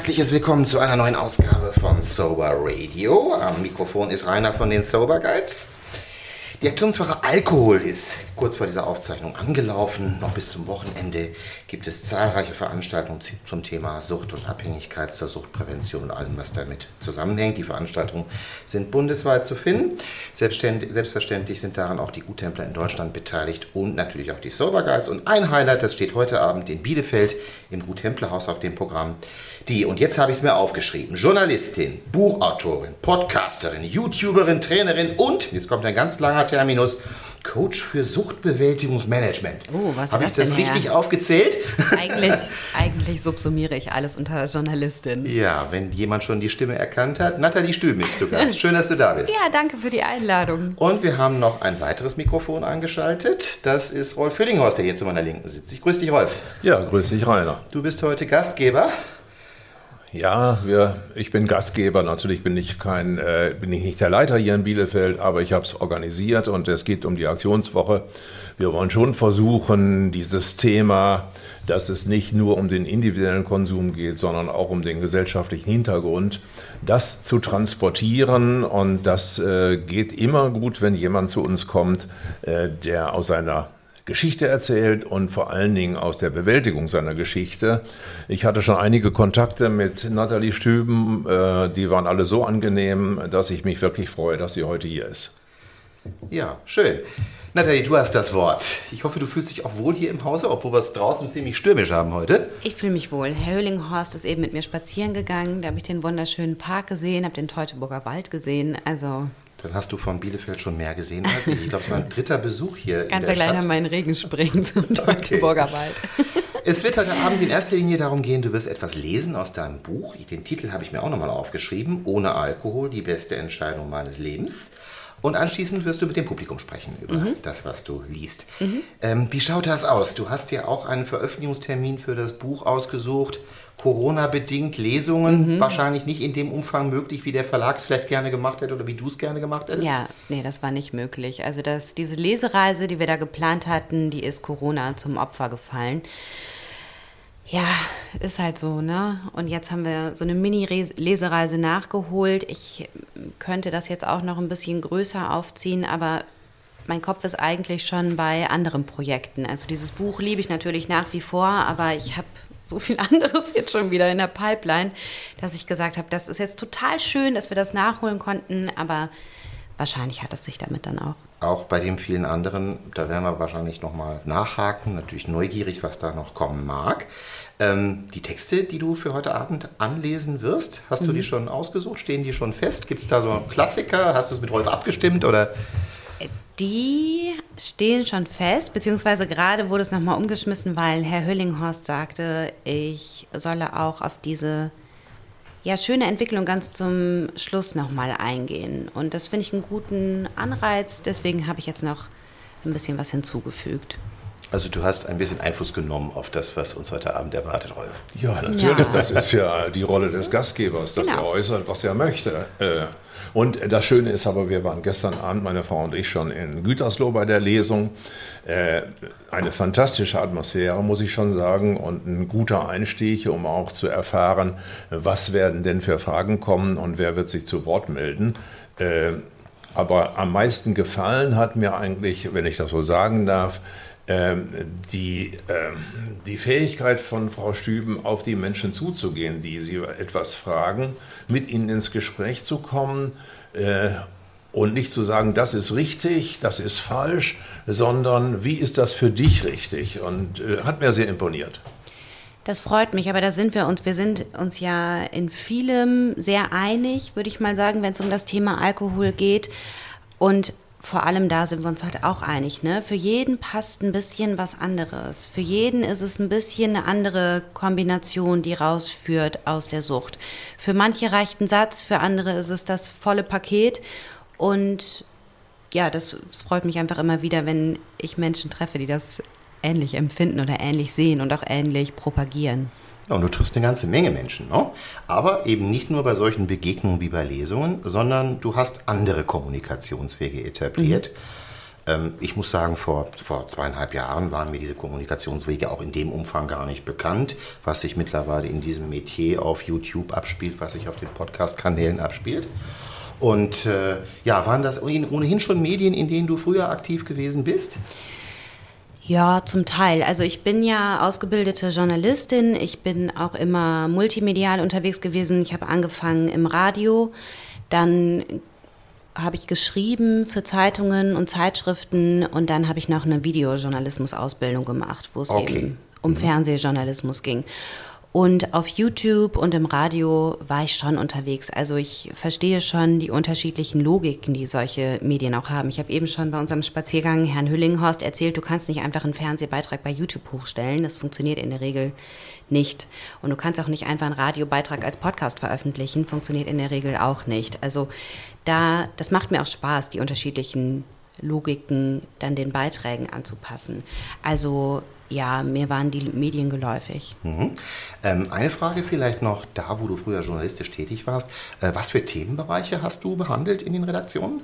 herzliches Willkommen zu einer neuen Ausgabe von Sober Radio. Am Mikrofon ist Rainer von den Sober Guides. Die Aktionswoche Alkohol ist kurz vor dieser Aufzeichnung angelaufen. Noch bis zum Wochenende gibt es zahlreiche Veranstaltungen zum Thema Sucht und Abhängigkeit, zur Suchtprävention und allem, was damit zusammenhängt. Die Veranstaltungen sind bundesweit zu finden. Selbstverständlich sind daran auch die Guttempler in Deutschland beteiligt und natürlich auch die Sober Guides. Und ein Highlight, das steht heute Abend in Bielefeld im Guttemplerhaus auf dem Programm. Und jetzt habe ich es mir aufgeschrieben, Journalistin, Buchautorin, Podcasterin, YouTuberin, Trainerin und, jetzt kommt ein ganz langer Terminus, Coach für Suchtbewältigungsmanagement. Oh, was habe ich das richtig aufgezählt? Eigentlich subsumiere ich alles unter Journalistin. Ja, wenn jemand schon die Stimme erkannt hat. Nathalie Stüben ist zu Gast. Schön, dass du da bist. Ja, danke für die Einladung. Und wir haben noch ein weiteres Mikrofon angeschaltet. Das ist Rolf Fördinghorst, der hier zu meiner Linken sitzt. Ich grüße dich, Rolf. Ja, grüß dich, Rainer. Du bist heute Gastgeber. Ja, ich bin Gastgeber. Natürlich bin ich nicht der Leiter hier in Bielefeld, aber ich habe es organisiert und es geht um die Aktionswoche. Wir wollen schon versuchen, dieses Thema, dass es nicht nur um den individuellen Konsum geht, sondern auch um den gesellschaftlichen Hintergrund, das zu transportieren. Und das geht immer gut, wenn jemand zu uns kommt, der aus seiner Geschichte erzählt und vor allen Dingen aus der Bewältigung seiner Geschichte. Ich hatte schon einige Kontakte mit Nathalie Stüben, die waren alle so angenehm, dass ich mich wirklich freue, dass sie heute hier ist. Ja, schön. Nathalie, du hast das Wort. Ich hoffe, du fühlst dich auch wohl hier im Hause, obwohl wir es draußen ziemlich stürmisch haben heute. Ich fühle mich wohl. Herr Höllinghorst ist eben mit mir spazieren gegangen, da habe ich den wunderschönen Park gesehen, habe den Teutoburger Wald gesehen, also... Dann hast du von Bielefeld schon mehr gesehen als ich. Ich glaube, es war ein dritter Besuch hier in der Stadt. Ganz gleich an meinen Regen springen zum Teutoburger Wald. Es wird heute Abend in erster Linie darum gehen, du wirst etwas lesen aus deinem Buch. Den Titel habe ich mir auch nochmal aufgeschrieben. Ohne Alkohol, die beste Entscheidung meines Lebens. Und anschließend wirst du mit dem Publikum sprechen über das, was du liest. Wie schaut das aus? Du hast ja auch einen Veröffentlichungstermin für das Buch ausgesucht. Corona-bedingt Lesungen, wahrscheinlich nicht in dem Umfang möglich, wie der Verlag es vielleicht gerne gemacht hätte oder wie du es gerne gemacht hättest? Ja, nee, das war nicht möglich. Also diese Lesereise, die wir da geplant hatten, die ist Corona zum Opfer gefallen. Ja, ist halt so, ne? Und jetzt haben wir so eine Mini-Lesereise nachgeholt. Ich könnte das jetzt auch noch ein bisschen größer aufziehen, aber mein Kopf ist eigentlich schon bei anderen Projekten. Also dieses Buch liebe ich natürlich nach wie vor, aber ich habe so viel anderes jetzt schon wieder in der Pipeline, dass ich gesagt habe, das ist jetzt total schön, dass wir das nachholen konnten, aber wahrscheinlich hat es sich damit dann auch. Auch bei den vielen anderen, da werden wir wahrscheinlich nochmal nachhaken, natürlich neugierig, was da noch kommen mag. Die Texte, die du für heute Abend anlesen wirst, hast du die schon ausgesucht? Stehen die schon fest? Gibt es da so Klassiker? Hast du es mit Rolf abgestimmt? Oder? Die stehen schon fest, beziehungsweise gerade wurde es nochmal umgeschmissen, weil Herr Höllinghorst sagte, ich solle auch auf diese schöne Entwicklung ganz zum Schluss nochmal eingehen. Und das finde ich einen guten Anreiz, deswegen habe ich jetzt noch ein bisschen was hinzugefügt. Also du hast ein bisschen Einfluss genommen auf das, was uns heute Abend erwartet, Rolf. Ja, natürlich, das ist ja die Rolle des Gastgebers, dass er äußert, was er möchte. Und das Schöne ist aber, wir waren gestern Abend, meine Frau und ich, schon in Gütersloh bei der Lesung. Eine fantastische Atmosphäre, muss ich schon sagen, und ein guter Einstieg, um auch zu erfahren, was werden denn für Fragen kommen und wer wird sich zu Wort melden. Aber am meisten gefallen hat mir eigentlich, wenn ich das so sagen darf, die Fähigkeit von Frau Stüben, auf die Menschen zuzugehen, die sie etwas fragen, mit ihnen ins Gespräch zu kommen und nicht zu sagen, das ist richtig, das ist falsch, sondern wie ist das für dich richtig? Und hat mir sehr imponiert. Das freut mich, aber wir sind uns ja in vielem sehr einig, würde ich mal sagen, wenn es um das Thema Alkohol geht. Und vor allem da sind wir uns halt auch einig, ne? Für jeden passt ein bisschen was anderes. Für jeden ist es ein bisschen eine andere Kombination, die rausführt aus der Sucht. Für manche reicht ein Satz, für andere ist es das volle Paket. Und ja, das freut mich einfach immer wieder, wenn ich Menschen treffe, die das ähnlich empfinden oder ähnlich sehen und auch ähnlich propagieren. Ja, und du triffst eine ganze Menge Menschen, ne? Aber eben nicht nur bei solchen Begegnungen wie bei Lesungen, sondern du hast andere Kommunikationswege etabliert. Ich muss sagen, vor 2,5 Jahren waren mir diese Kommunikationswege auch in dem Umfang gar nicht bekannt, was sich mittlerweile in diesem Metier auf YouTube abspielt, was sich auf den Podcast-Kanälen abspielt. Und waren das ohnehin schon Medien, in denen du früher aktiv gewesen bist? Ja, zum Teil. Also ich bin ja ausgebildete Journalistin. Ich bin auch immer multimedial unterwegs gewesen. Ich habe angefangen im Radio, dann habe ich geschrieben für Zeitungen und Zeitschriften und dann habe ich noch eine Videojournalismus-Ausbildung gemacht, wo es eben um Fernsehjournalismus ging. Und auf YouTube und im Radio war ich schon unterwegs. Also ich verstehe schon die unterschiedlichen Logiken, die solche Medien auch haben. Ich habe eben schon bei unserem Spaziergang Herrn Hüllinghorst erzählt, du kannst nicht einfach einen Fernsehbeitrag bei YouTube hochstellen. Das funktioniert in der Regel nicht. Und du kannst auch nicht einfach einen Radiobeitrag als Podcast veröffentlichen. Funktioniert in der Regel auch nicht. Also das macht mir auch Spaß, die unterschiedlichen Logiken dann den Beiträgen anzupassen. Also ja, mir waren die Medien geläufig. Eine Frage vielleicht noch, da wo du früher journalistisch tätig warst, was für Themenbereiche hast du behandelt in den Redaktionen?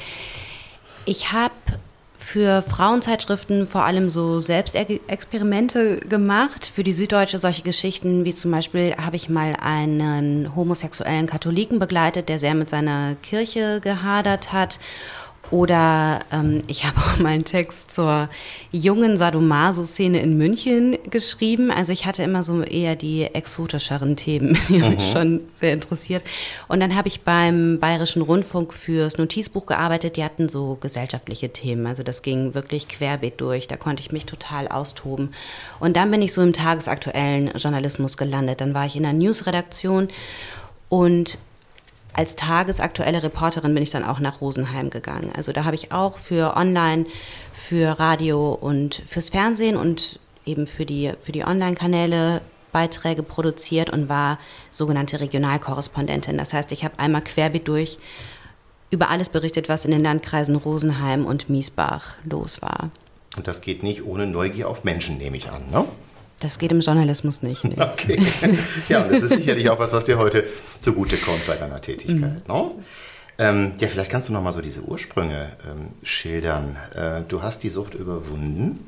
Ich habe für Frauenzeitschriften vor allem so Selbstexperimente gemacht. Für die Süddeutsche solche Geschichten wie zum Beispiel habe ich mal einen homosexuellen Katholiken begleitet, der sehr mit seiner Kirche gehadert hat. Oder ich habe auch mal einen Text zur jungen Sadomaso-Szene in München geschrieben. Also ich hatte immer so eher die exotischeren Themen, die haben mich schon sehr interessiert. Und dann habe ich beim Bayerischen Rundfunk fürs Notizbuch gearbeitet. Die hatten so gesellschaftliche Themen. Also das ging wirklich querbeet durch. Da konnte ich mich total austoben. Und dann bin ich so im tagesaktuellen Journalismus gelandet. Dann war ich in einer Newsredaktion und als tagesaktuelle Reporterin bin ich dann auch nach Rosenheim gegangen. Also da habe ich auch für Online, für Radio und fürs Fernsehen und eben für die Online-Kanäle Beiträge produziert und war sogenannte Regionalkorrespondentin. Das heißt, ich habe einmal querbeet durch über alles berichtet, was in den Landkreisen Rosenheim und Miesbach los war. Und das geht nicht ohne Neugier auf Menschen, nehme ich an, ne? Das geht im Journalismus nicht. Nee. Okay. Ja, und das ist sicherlich auch was dir heute zugutekommt bei deiner Tätigkeit. Ne? Vielleicht kannst du noch mal so diese Ursprünge schildern. Du hast die Sucht überwunden.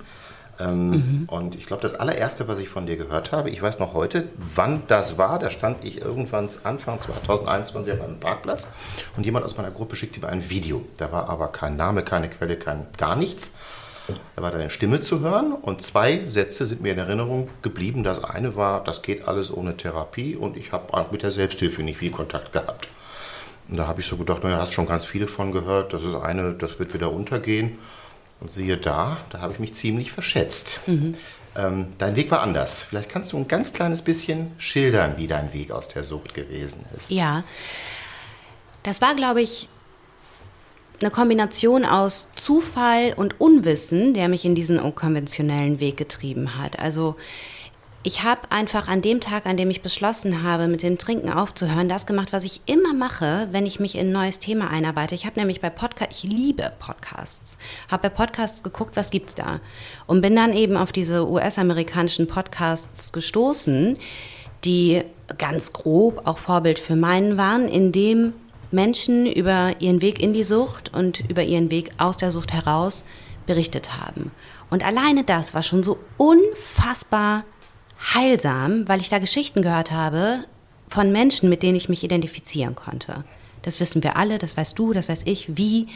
Und ich glaube, das allererste, was ich von dir gehört habe, ich weiß noch heute, wann das war, da stand ich irgendwann Anfang 2021 auf einem Parkplatz und jemand aus meiner Gruppe schickte mir ein Video. Da war aber kein Name, keine Quelle, gar nichts. Da war deine Stimme zu hören und 2 Sätze sind mir in Erinnerung geblieben. Das eine war, das geht alles ohne Therapie und ich habe mit der Selbsthilfe nicht viel Kontakt gehabt. Und da habe ich so gedacht, naja, hast schon ganz viele von gehört, das wird wieder untergehen. Und siehe da habe ich mich ziemlich verschätzt. Dein Weg war anders. Vielleicht kannst du ein ganz kleines bisschen schildern, wie dein Weg aus der Sucht gewesen ist. Ja, das war, glaube ich, eine Kombination aus Zufall und Unwissen, der mich in diesen unkonventionellen Weg getrieben hat. Also ich habe einfach an dem Tag, an dem ich beschlossen habe, mit dem Trinken aufzuhören, das gemacht, was ich immer mache, wenn ich mich in ein neues Thema einarbeite. Ich habe nämlich ich liebe Podcasts, habe bei Podcasts geguckt, was gibt's da? Und bin dann eben auf diese US-amerikanischen Podcasts gestoßen, die ganz grob auch Vorbild für meinen waren, in dem Menschen über ihren Weg in die Sucht und über ihren Weg aus der Sucht heraus berichtet haben. Und alleine das war schon so unfassbar heilsam, weil ich da Geschichten gehört habe von Menschen, mit denen ich mich identifizieren konnte. Das wissen wir alle, das weißt du, das weiß ich,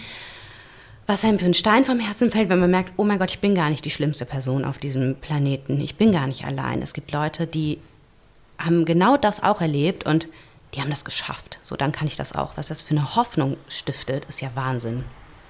was einem für ein Stein vom Herzen fällt, wenn man merkt, oh mein Gott, ich bin gar nicht die schlimmste Person auf diesem Planeten. Ich bin gar nicht allein. Es gibt Leute, die haben genau das auch erlebt und die haben das geschafft. So, dann kann ich das auch. Was das für eine Hoffnung stiftet, ist ja Wahnsinn.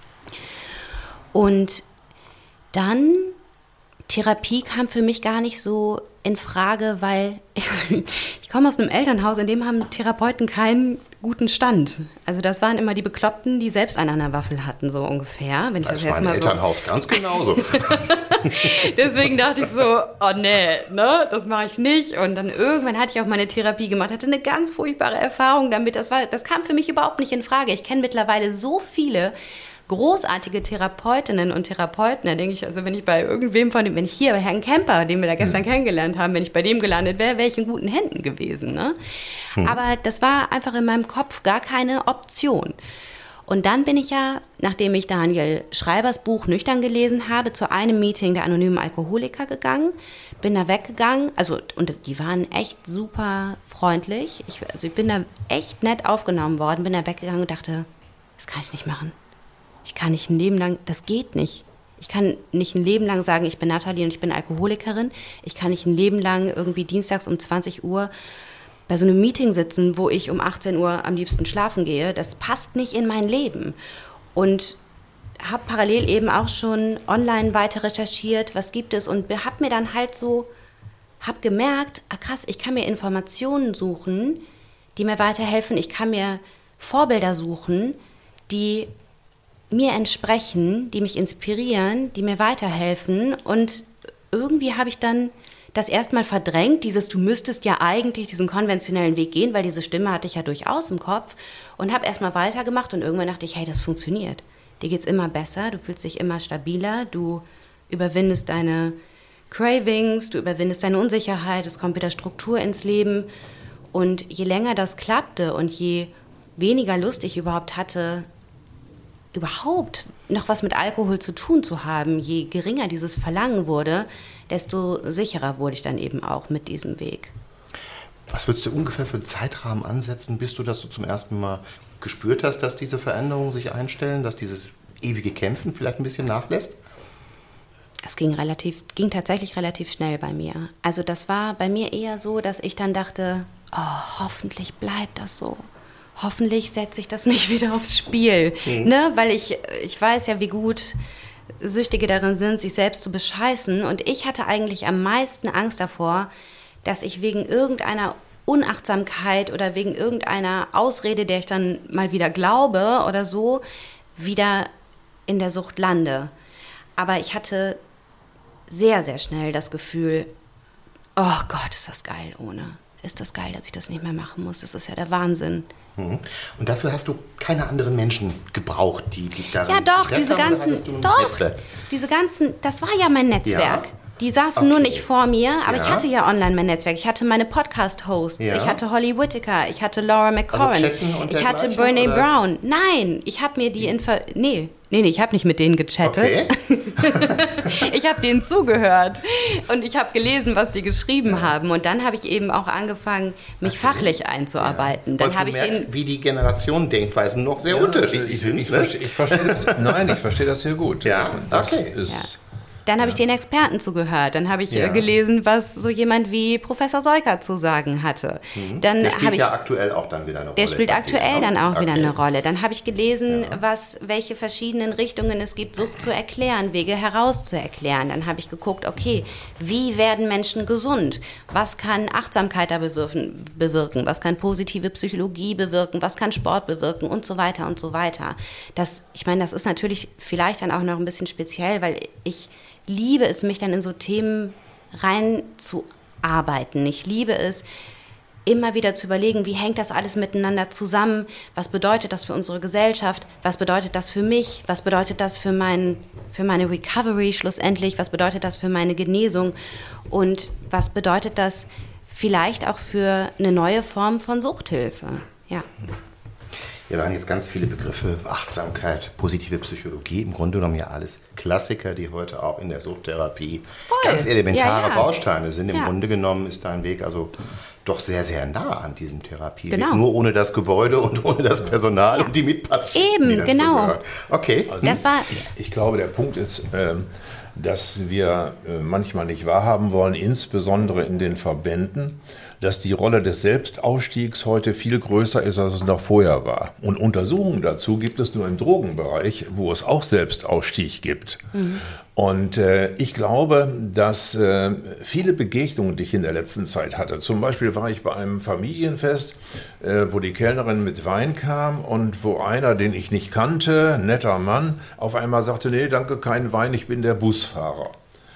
Und dann, Therapie kam für mich gar nicht so in Frage, weil ich komme aus einem Elternhaus, in dem haben Therapeuten keinen guten Stand. Also das waren immer die Bekloppten, die selbst einen an der Waffel hatten, so ungefähr. Wenn ich das jetzt mein Elternhaus ganz genauso. Deswegen dachte ich so, oh nee, ne, das mache ich nicht. Und dann irgendwann hatte ich auch meine Therapie gemacht, hatte eine ganz furchtbare Erfahrung damit. Das kam für mich überhaupt nicht in Frage. Ich kenne mittlerweile so viele großartige Therapeutinnen und Therapeuten, da denke ich, also wenn ich bei irgendwem wenn ich hier bei Herrn Kemper, den wir da gestern kennengelernt haben, wenn ich bei dem gelandet wäre, wäre ich in guten Händen gewesen. Ne? Aber das war einfach in meinem Kopf gar keine Option. Und dann bin ich ja, nachdem ich Daniel Schreibers Buch Nüchtern gelesen habe, zu einem Meeting der anonymen Alkoholiker gegangen, bin da weggegangen, und die waren echt super freundlich. Ich bin da echt nett aufgenommen worden, bin da weggegangen und dachte, das kann ich nicht machen. Ich kann nicht ein Leben lang, das geht nicht. Ich kann nicht ein Leben lang sagen, ich bin Nathalie und ich bin Alkoholikerin. Ich kann nicht ein Leben lang irgendwie dienstags um 20 Uhr bei so einem Meeting sitzen, wo ich um 18 Uhr am liebsten schlafen gehe. Das passt nicht in mein Leben. Und habe parallel eben auch schon online weiter recherchiert, was gibt es, und habe mir dann halt habe gemerkt, krass, ich kann mir Informationen suchen, die mir weiterhelfen. Ich kann mir Vorbilder suchen, die mir entsprechen, die mich inspirieren, die mir weiterhelfen. Und irgendwie habe ich dann das erstmal verdrängt, du müsstest ja eigentlich diesen konventionellen Weg gehen, weil diese Stimme hatte ich ja durchaus im Kopf, und habe erstmal weitergemacht und irgendwann dachte ich, hey, das funktioniert. Dir geht's immer besser, du fühlst dich immer stabiler, du überwindest deine Cravings, du überwindest deine Unsicherheit, es kommt wieder Struktur ins Leben, und je länger das klappte und je weniger Lust ich überhaupt hatte, überhaupt noch was mit Alkohol zu tun zu haben, je geringer dieses Verlangen wurde, desto sicherer wurde ich dann eben auch mit diesem Weg. Was würdest du ungefähr für einen Zeitrahmen ansetzen, bis du das so zum ersten Mal gespürt hast, dass diese Veränderungen sich einstellen, dass dieses ewige Kämpfen vielleicht ein bisschen nachlässt? Es ging tatsächlich relativ schnell bei mir. Also das war bei mir eher so, dass ich dann dachte, oh, hoffentlich bleibt das so. Hoffentlich setze ich das nicht wieder aufs Spiel. Ne? Weil ich weiß ja, wie gut Süchtige darin sind, sich selbst zu bescheißen. Und ich hatte eigentlich am meisten Angst davor, dass ich wegen irgendeiner Unachtsamkeit oder wegen irgendeiner Ausrede, der ich dann mal wieder glaube oder so, wieder in der Sucht lande. Aber ich hatte sehr, sehr schnell das Gefühl, oh Gott, ist das geil ohne. Ist das geil, dass ich das nicht mehr machen muss. Das ist ja der Wahnsinn. Und dafür hast du keine anderen Menschen gebraucht, die dich daran ja, doch, diese ganzen, das war ja mein Netzwerk. Ja. Die saßen nur nicht vor mir, aber ich hatte ja online mein Netzwerk. Ich hatte meine Podcast-Hosts, ich hatte Holly Whittaker, ich hatte Laura McCorrin, ich hatte Brené Brown. Nein, ich habe mir die ich habe nicht mit denen gechattet. Okay. Ich habe denen zugehört und ich habe gelesen, was die geschrieben haben. Und dann habe ich eben auch angefangen, mich fachlich einzuarbeiten. Dann habe ich wie die Generationen-Denkweisen noch sehr unterschiedlich sind. Ich verstehe das. Nein, ich verstehe das sehr gut. Ja, okay. Dann habe ich den Experten zugehört. Dann habe ich gelesen, was so jemand wie Professor Seuker zu sagen hatte. Dann der spielt ja aktuell auch dann wieder eine Rolle. Der spielt aktuell dann auch wieder eine Rolle. Dann habe ich gelesen, welche verschiedenen Richtungen es gibt, Sucht zu erklären, Wege herauszuerklären. Dann habe ich geguckt, okay, wie werden Menschen gesund? Was kann Achtsamkeit da bewirken? Was kann positive Psychologie bewirken? Was kann Sport bewirken? Und so weiter und so weiter. Das ist natürlich vielleicht dann auch noch ein bisschen speziell, weil ich liebe es, mich dann in so Themen reinzuarbeiten. Ich liebe es, immer wieder zu überlegen, wie hängt das alles miteinander zusammen? Was bedeutet das für unsere Gesellschaft? Was bedeutet das für mich? Was bedeutet das für meine Recovery schlussendlich? Was bedeutet das für meine Genesung? Und was bedeutet das vielleicht auch für eine neue Form von Suchthilfe? Ja. Hier waren jetzt ganz viele Begriffe, Achtsamkeit, positive Psychologie, im Grunde genommen ja alles Klassiker, die heute auch in der Suchttherapie ganz elementare Bausteine sind. Im Grunde genommen ist dein Weg also doch sehr, sehr nah an diesem Therapieweg. Genau. Nur ohne das Gebäude und ohne das Personal und die Mitpatienten. Eben, genau. Okay. Also ich glaube, der Punkt ist, dass wir manchmal nicht wahrhaben wollen, insbesondere in den Verbänden, dass die Rolle des Selbstausstiegs heute viel größer ist, als es noch vorher war. Und Untersuchungen dazu gibt es nur im Drogenbereich, wo es auch Selbstausstieg gibt. Und ich glaube, dass viele Begegnungen, die ich in der letzten Zeit hatte, zum Beispiel war ich bei einem Familienfest, wo die Kellnerin mit Wein kam und wo einer, den ich nicht kannte, netter Mann, auf einmal sagte, nee, danke, kein Wein, ich bin der Busfahrer.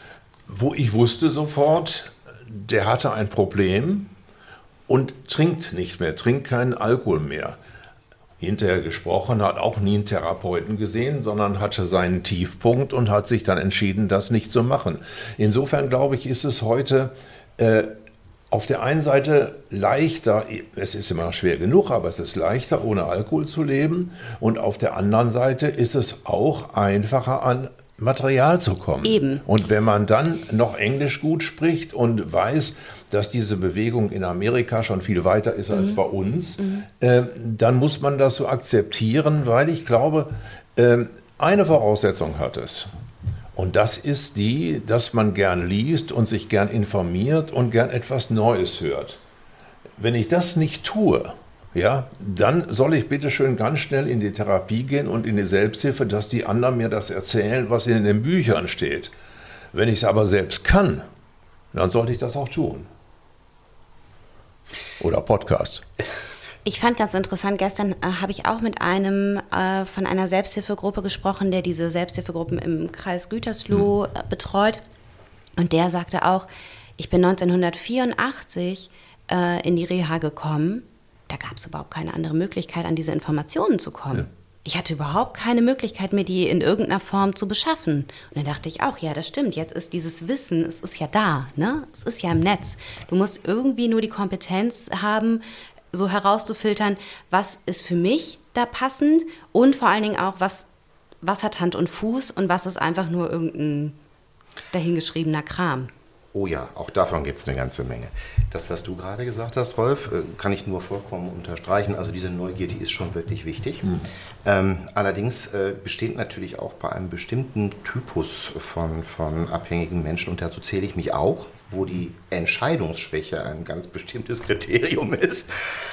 Wo ich wusste sofort, der hatte ein Problem und trinkt nicht mehr, trinkt keinen Alkohol mehr. Hinterher gesprochen, hat auch nie einen Therapeuten gesehen, sondern hatte seinen Tiefpunkt und hat sich dann entschieden, das nicht zu machen. Insofern glaube ich, ist es heute auf der einen Seite leichter, es ist immer schwer genug, aber es ist leichter, ohne Alkohol zu leben. Und auf der anderen Seite ist es auch einfacher, an Material zu kommen. Eben. Und wenn man dann noch Englisch gut spricht und weiß, dass diese Bewegung in Amerika schon viel weiter ist als bei uns, dann muss man das so akzeptieren, weil ich glaube, eine Voraussetzung hat es. Und das ist die, dass man gern liest und sich gern informiert und gern etwas Neues hört. Wenn ich das nicht tue, ja, dann soll ich bitte schön ganz schnell in die Therapie gehen und in die Selbsthilfe, dass die anderen mir das erzählen, was in den Büchern steht. Wenn ich es aber selbst kann, dann sollte ich das auch tun. Oder Podcast. Ich fand ganz interessant, gestern habe ich auch mit einem von einer Selbsthilfegruppe gesprochen, der diese Selbsthilfegruppen im Kreis Gütersloh betreut. Und der sagte auch, ich bin 1984 in die Reha gekommen. Da gab es überhaupt keine andere Möglichkeit, an diese Informationen zu kommen. Ja. Ich hatte überhaupt keine Möglichkeit, mir die in irgendeiner Form zu beschaffen. Und dann dachte ich auch, ja, das stimmt, jetzt ist dieses Wissen, es ist ja da, ne? Es ist ja im Netz. Du musst irgendwie nur die Kompetenz haben, so herauszufiltern, was ist für mich da passend und vor allen Dingen auch, was hat Hand und Fuß und was ist einfach nur irgendein dahingeschriebener Kram. Oh ja, auch davon gibt es eine ganze Menge. Das, was du gerade gesagt hast, Rolf, kann ich nur vollkommen unterstreichen. Also diese Neugier, die ist schon wirklich wichtig. Allerdings besteht natürlich auch bei einem bestimmten Typus von abhängigen Menschen, und dazu zähle ich mich auch, wo die Entscheidungsschwäche ein ganz bestimmtes Kriterium ist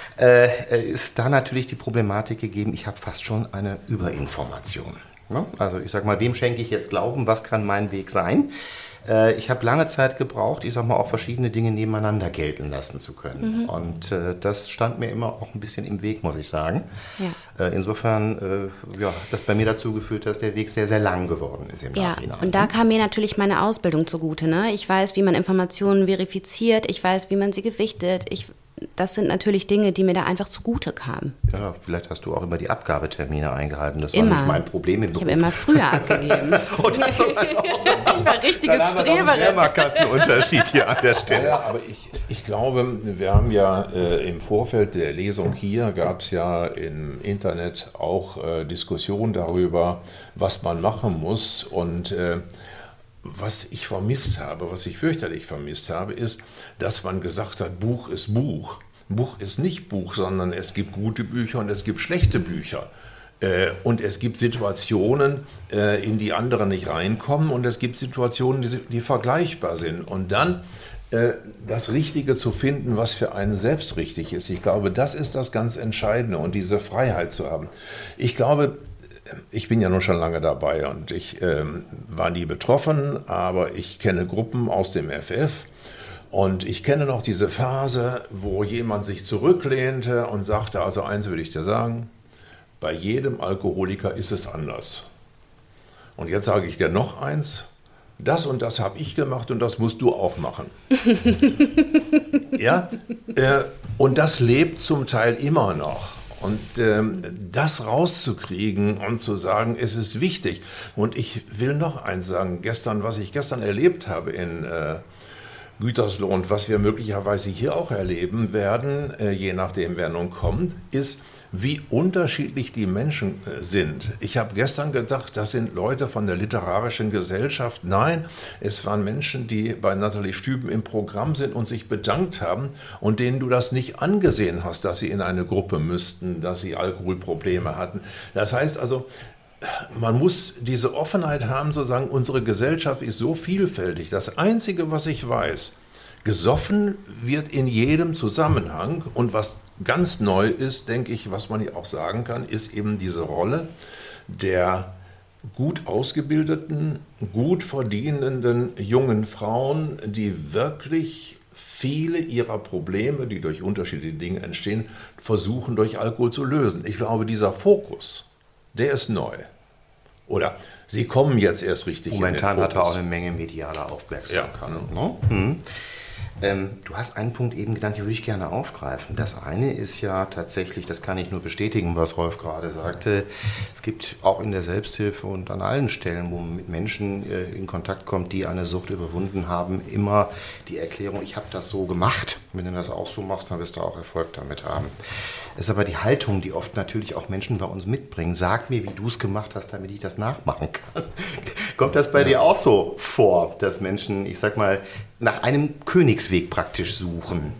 da natürlich die Problematik gegeben, ich habe fast schon eine Überinformation. Ne? Also ich sage mal, wem schenke ich jetzt Glauben, was kann mein Weg sein? Ich habe lange Zeit gebraucht, ich sag mal, auch verschiedene Dinge nebeneinander gelten lassen zu können. Und das stand mir immer auch ein bisschen im Weg, muss ich sagen. Ja. Insofern, das bei mir dazu geführt, dass der Weg sehr, sehr lang geworden ist im Nachhinein. Und da kam mir natürlich meine Ausbildung zugute. Ne? Ich weiß, wie man Informationen verifiziert, ich weiß, wie man sie gewichtet. Das sind natürlich Dinge, die mir da einfach zugute kamen. Ja, vielleicht hast du auch immer die Abgabetermine eingehalten. Das war nicht mein Problem im Beruf. Ich habe immer früher abgegeben. Und das ich war richtiges Streberin. Einen sehr markanten Unterschied hier an der Stelle. Ja, aber ich glaube, wir haben ja im Vorfeld der Lesung hier, gab es ja im Internet auch Diskussionen darüber, was man machen muss. Und was ich vermisst habe, was ich fürchterlich vermisst habe, ist, dass man gesagt hat, Buch ist Buch. Buch ist nicht Buch, sondern es gibt gute Bücher und es gibt schlechte Bücher. Und es gibt Situationen, in die andere nicht reinkommen, und es gibt Situationen, die vergleichbar sind. Und dann das Richtige zu finden, was für einen selbst richtig ist. Ich glaube, das ist das ganz Entscheidende, und diese Freiheit zu haben. Ich glaube, ich bin ja nun schon lange dabei und ich war nie betroffen, aber ich kenne Gruppen aus dem FF und ich kenne noch diese Phase, wo jemand sich zurücklehnte und sagte, also eins würde ich dir sagen, bei jedem Alkoholiker ist es anders. Und jetzt sage ich dir noch eins, das und das habe ich gemacht und das musst du auch machen. Ja, und das lebt zum Teil immer noch. Und das rauszukriegen und zu sagen, es ist wichtig. Und ich will noch eins sagen, was ich gestern erlebt habe in Gütersloh und was wir möglicherweise hier auch erleben werden, je nachdem wer nun kommt, ist, wie unterschiedlich die Menschen sind. Ich habe gestern gedacht, das sind Leute von der Literarischen Gesellschaft. Nein, es waren Menschen, die bei Nathalie Stüben im Programm sind und sich bedankt haben und denen du das nicht angesehen hast, dass sie in eine Gruppe müssten, dass sie Alkoholprobleme hatten. Das heißt also, man muss diese Offenheit haben, zu sagen, unsere Gesellschaft ist so vielfältig. Das Einzige, was ich weiß, gesoffen wird in jedem Zusammenhang, und was ganz neu ist, denke ich, was man ja auch sagen kann, ist eben diese Rolle der gut ausgebildeten, gut verdienenden jungen Frauen, die wirklich viele ihrer Probleme, die durch unterschiedliche Dinge entstehen, versuchen durch Alkohol zu lösen. Ich glaube, dieser Fokus, der ist neu. Oder sie kommen jetzt erst richtig momentan in den Fokus. Hat er auch eine Menge medialer Aufmerksamkeit. Ja. Ne? Du hast einen Punkt eben genannt, den würde ich gerne aufgreifen. Das eine ist ja tatsächlich, das kann ich nur bestätigen, was Rolf gerade sagte, es gibt auch in der Selbsthilfe und an allen Stellen, wo man mit Menschen in Kontakt kommt, die eine Sucht überwunden haben, immer die Erklärung, ich habe das so gemacht. Wenn du das auch so machst, dann wirst du auch Erfolg damit haben. Es ist aber die Haltung, die oft natürlich auch Menschen bei uns mitbringen. Sag mir, wie du es gemacht hast, damit ich das nachmachen kann. Kommt das bei dir auch so vor, dass Menschen, ich sag mal, nach einem Königsweg praktisch suchen?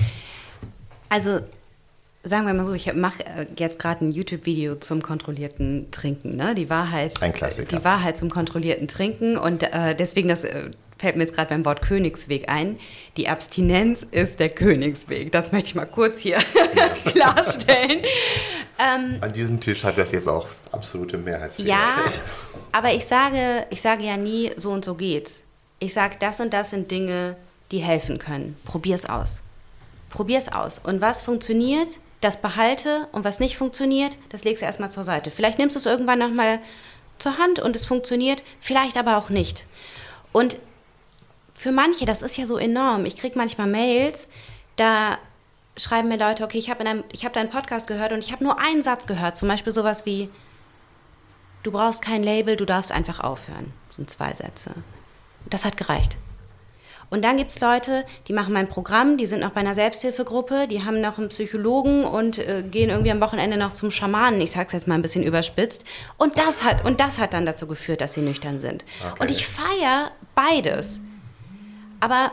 Also sagen wir mal so, ich mache jetzt gerade ein YouTube-Video zum kontrollierten Trinken. Ne? Die Wahrheit, ein Klassiker. Die Wahrheit zum kontrollierten Trinken. Und deswegen, das fällt mir jetzt gerade beim Wort Königsweg ein. Die Abstinenz ist der Königsweg. Das möchte ich mal kurz hier klarstellen. An diesem Tisch hat das jetzt auch absolute Mehrheitsfähigkeit. Ja, aber ich sage ja nie, so und so geht's. Ich sage, das und das sind Dinge, die helfen können. Probier's aus. Probier's aus. Und was funktioniert, das behalte. Und was nicht funktioniert, das legst du erstmal zur Seite. Vielleicht nimmst du es irgendwann nochmal zur Hand und es funktioniert, vielleicht aber auch nicht. Und für manche, das ist ja so enorm. Ich kriege manchmal Mails, da schreiben mir Leute, okay, ich hab deinen Podcast gehört und ich habe nur einen Satz gehört. Zum Beispiel sowas wie, du brauchst kein Label, du darfst einfach aufhören. Das sind 2 Sätze. Das hat gereicht. Und dann gibt es Leute, die machen mein Programm, die sind noch bei einer Selbsthilfegruppe, die haben noch einen Psychologen und gehen irgendwie am Wochenende noch zum Schamanen. Ich sage es jetzt mal ein bisschen überspitzt. Und das hat dann dazu geführt, dass sie nüchtern sind. Okay. Und ich feiere beides. Aber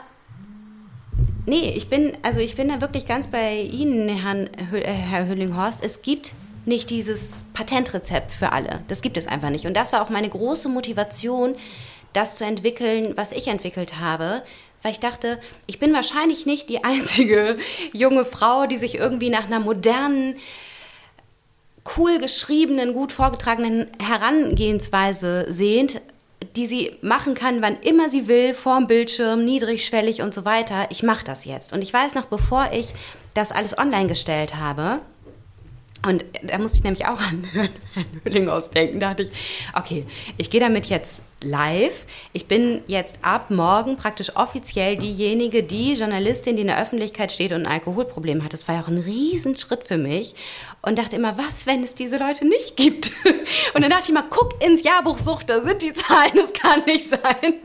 nee, ich bin da wirklich ganz bei Ihnen, Herr Hüllinghorst. Es gibt nicht dieses Patentrezept für alle. Das gibt es einfach nicht. Und das war auch meine große Motivation, das zu entwickeln, was ich entwickelt habe. Weil ich dachte, ich bin wahrscheinlich nicht die einzige junge Frau, die sich irgendwie nach einer modernen, cool geschriebenen, gut vorgetragenen Herangehensweise sehnt, die sie machen kann, wann immer sie will, vorm Bildschirm, niedrigschwellig und so weiter. Ich mache das jetzt. Und ich weiß noch, bevor ich das alles online gestellt habe, und da musste ich nämlich auch an Herrn Hüllinghaus denken, da dachte ich, okay, ich gehe damit jetzt live. Ich bin jetzt ab morgen praktisch offiziell diejenige, die Journalistin, die in der Öffentlichkeit steht und ein Alkoholproblem hat. Das war ja auch ein Riesenschritt für mich. Und dachte immer, was, wenn es diese Leute nicht gibt? Und dann dachte ich mal, guck ins Jahrbuch Sucht, da sind die Zahlen, das kann nicht sein.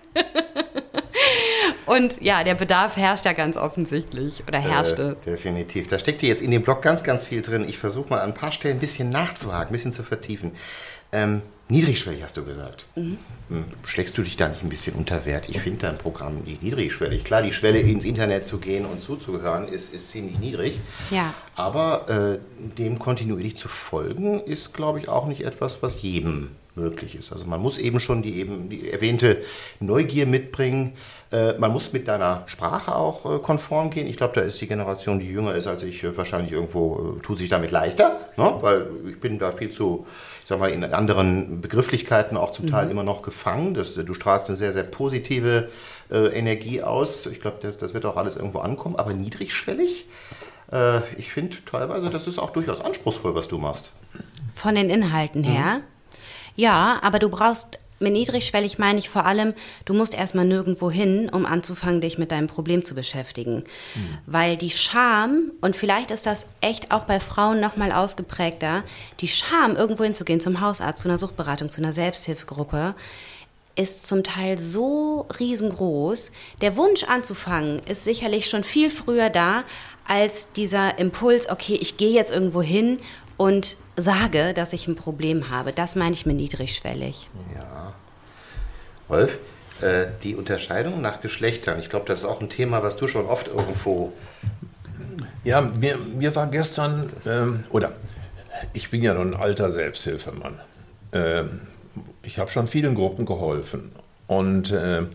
Und ja, der Bedarf herrscht ja ganz offensichtlich oder herrschte. Definitiv. Da steckt jetzt in dem Blog ganz, ganz viel drin. Ich versuche mal an ein paar Stellen ein bisschen nachzuhaken, ein bisschen zu vertiefen. Niedrigschwellig hast du gesagt. Schlägst du dich da nicht ein bisschen unter Wert? Ich finde dein Programm nicht niedrigschwellig. Klar, die Schwelle ins Internet zu gehen und zuzuhören ist ziemlich niedrig. Ja. Aber dem kontinuierlich zu folgen ist, glaube ich, auch nicht etwas, was jedem möglich ist. Also man muss eben schon die erwähnte Neugier mitbringen. Man muss mit deiner Sprache auch konform gehen. Ich glaube, da ist die Generation, die jünger ist als ich, wahrscheinlich irgendwo, tut sich damit leichter, ne? Weil ich bin da viel zu, ich sag mal, in anderen Begrifflichkeiten auch zum Teil immer noch gefangen. Du strahlst eine sehr, sehr positive Energie aus. Ich glaube, das wird auch alles irgendwo ankommen. Aber niedrigschwellig, ich finde teilweise, das ist auch durchaus anspruchsvoll, was du machst. Von den Inhalten her? Ja, aber du brauchst, mit niedrigschwellig meine ich vor allem, du musst erstmal nirgendwo hin, um anzufangen, dich mit deinem Problem zu beschäftigen. Weil die Scham, und vielleicht ist das echt auch bei Frauen nochmal ausgeprägter, die Scham, irgendwo hinzugehen, zum Hausarzt, zu einer Suchtberatung, zu einer Selbsthilfegruppe, ist zum Teil so riesengroß. Der Wunsch anzufangen ist sicherlich schon viel früher da, als dieser Impuls, okay, ich gehe jetzt irgendwo hin und sage, dass ich ein Problem habe. Das meine ich mit niedrigschwellig. Ja. Rolf, die Unterscheidung nach Geschlechtern, ich glaube, das ist auch ein Thema, was du schon oft irgendwo... Ja, mir war gestern, ich bin ja noch ein alter Selbsthilfemann. Ich habe schon vielen Gruppen geholfen und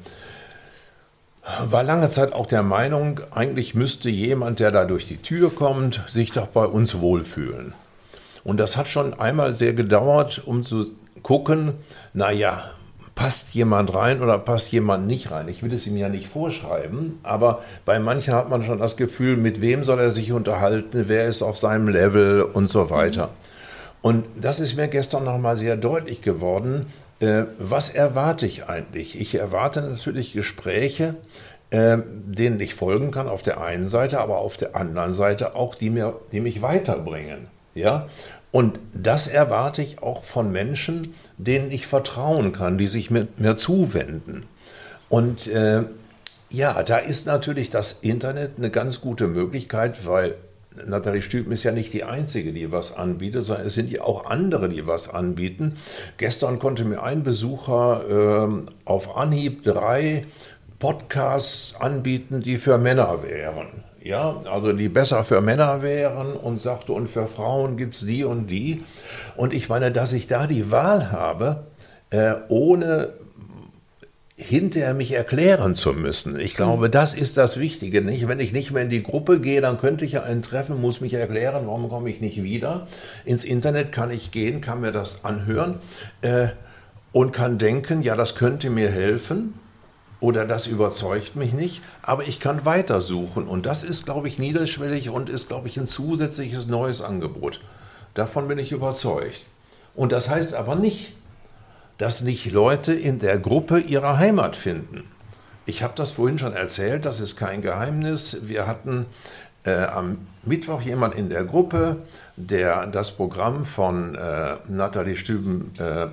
war lange Zeit auch der Meinung, eigentlich müsste jemand, der da durch die Tür kommt, sich doch bei uns wohlfühlen. Und das hat schon einmal sehr gedauert, um zu gucken, naja, passt jemand rein oder passt jemand nicht rein? Ich will es ihm ja nicht vorschreiben, aber bei manchen hat man schon das Gefühl, mit wem soll er sich unterhalten, wer ist auf seinem Level und so weiter. Und das ist mir gestern nochmal sehr deutlich geworden. Was erwarte ich eigentlich? Ich erwarte natürlich Gespräche, denen ich folgen kann auf der einen Seite, aber auf der anderen Seite auch die mich weiterbringen. Ja? Und das erwarte ich auch von Menschen, denen ich vertrauen kann, die sich mir zuwenden. Und da ist natürlich das Internet eine ganz gute Möglichkeit, weil Nathalie Stüben ist ja nicht die Einzige, die was anbietet, sondern es sind ja auch andere, die was anbieten. Gestern konnte mir ein Besucher auf Anhieb 3 Podcasts anbieten, die für Männer wären. Ja, also die besser für Männer wären und sagte, und für Frauen gibt es die und die. Und ich meine, dass ich da die Wahl habe, ohne hinterher mich erklären zu müssen. Ich glaube, das ist das Wichtige. Nicht? Wenn ich nicht mehr in die Gruppe gehe, dann könnte ich ja einen treffen, muss mich erklären, warum komme ich nicht wieder. Ins Internet kann ich gehen, kann mir das anhören und kann denken, ja, das könnte mir helfen oder das überzeugt mich nicht, aber ich kann weitersuchen. Und das ist, glaube ich, niederschwellig und ist, glaube ich, ein zusätzliches neues Angebot. Davon bin ich überzeugt. Und das heißt aber nicht, dass nicht Leute in der Gruppe ihre Heimat finden. Ich habe das vorhin schon erzählt, das ist kein Geheimnis. Wir hatten am Mittwoch jemand in der Gruppe, der das Programm von Nathalie Stüben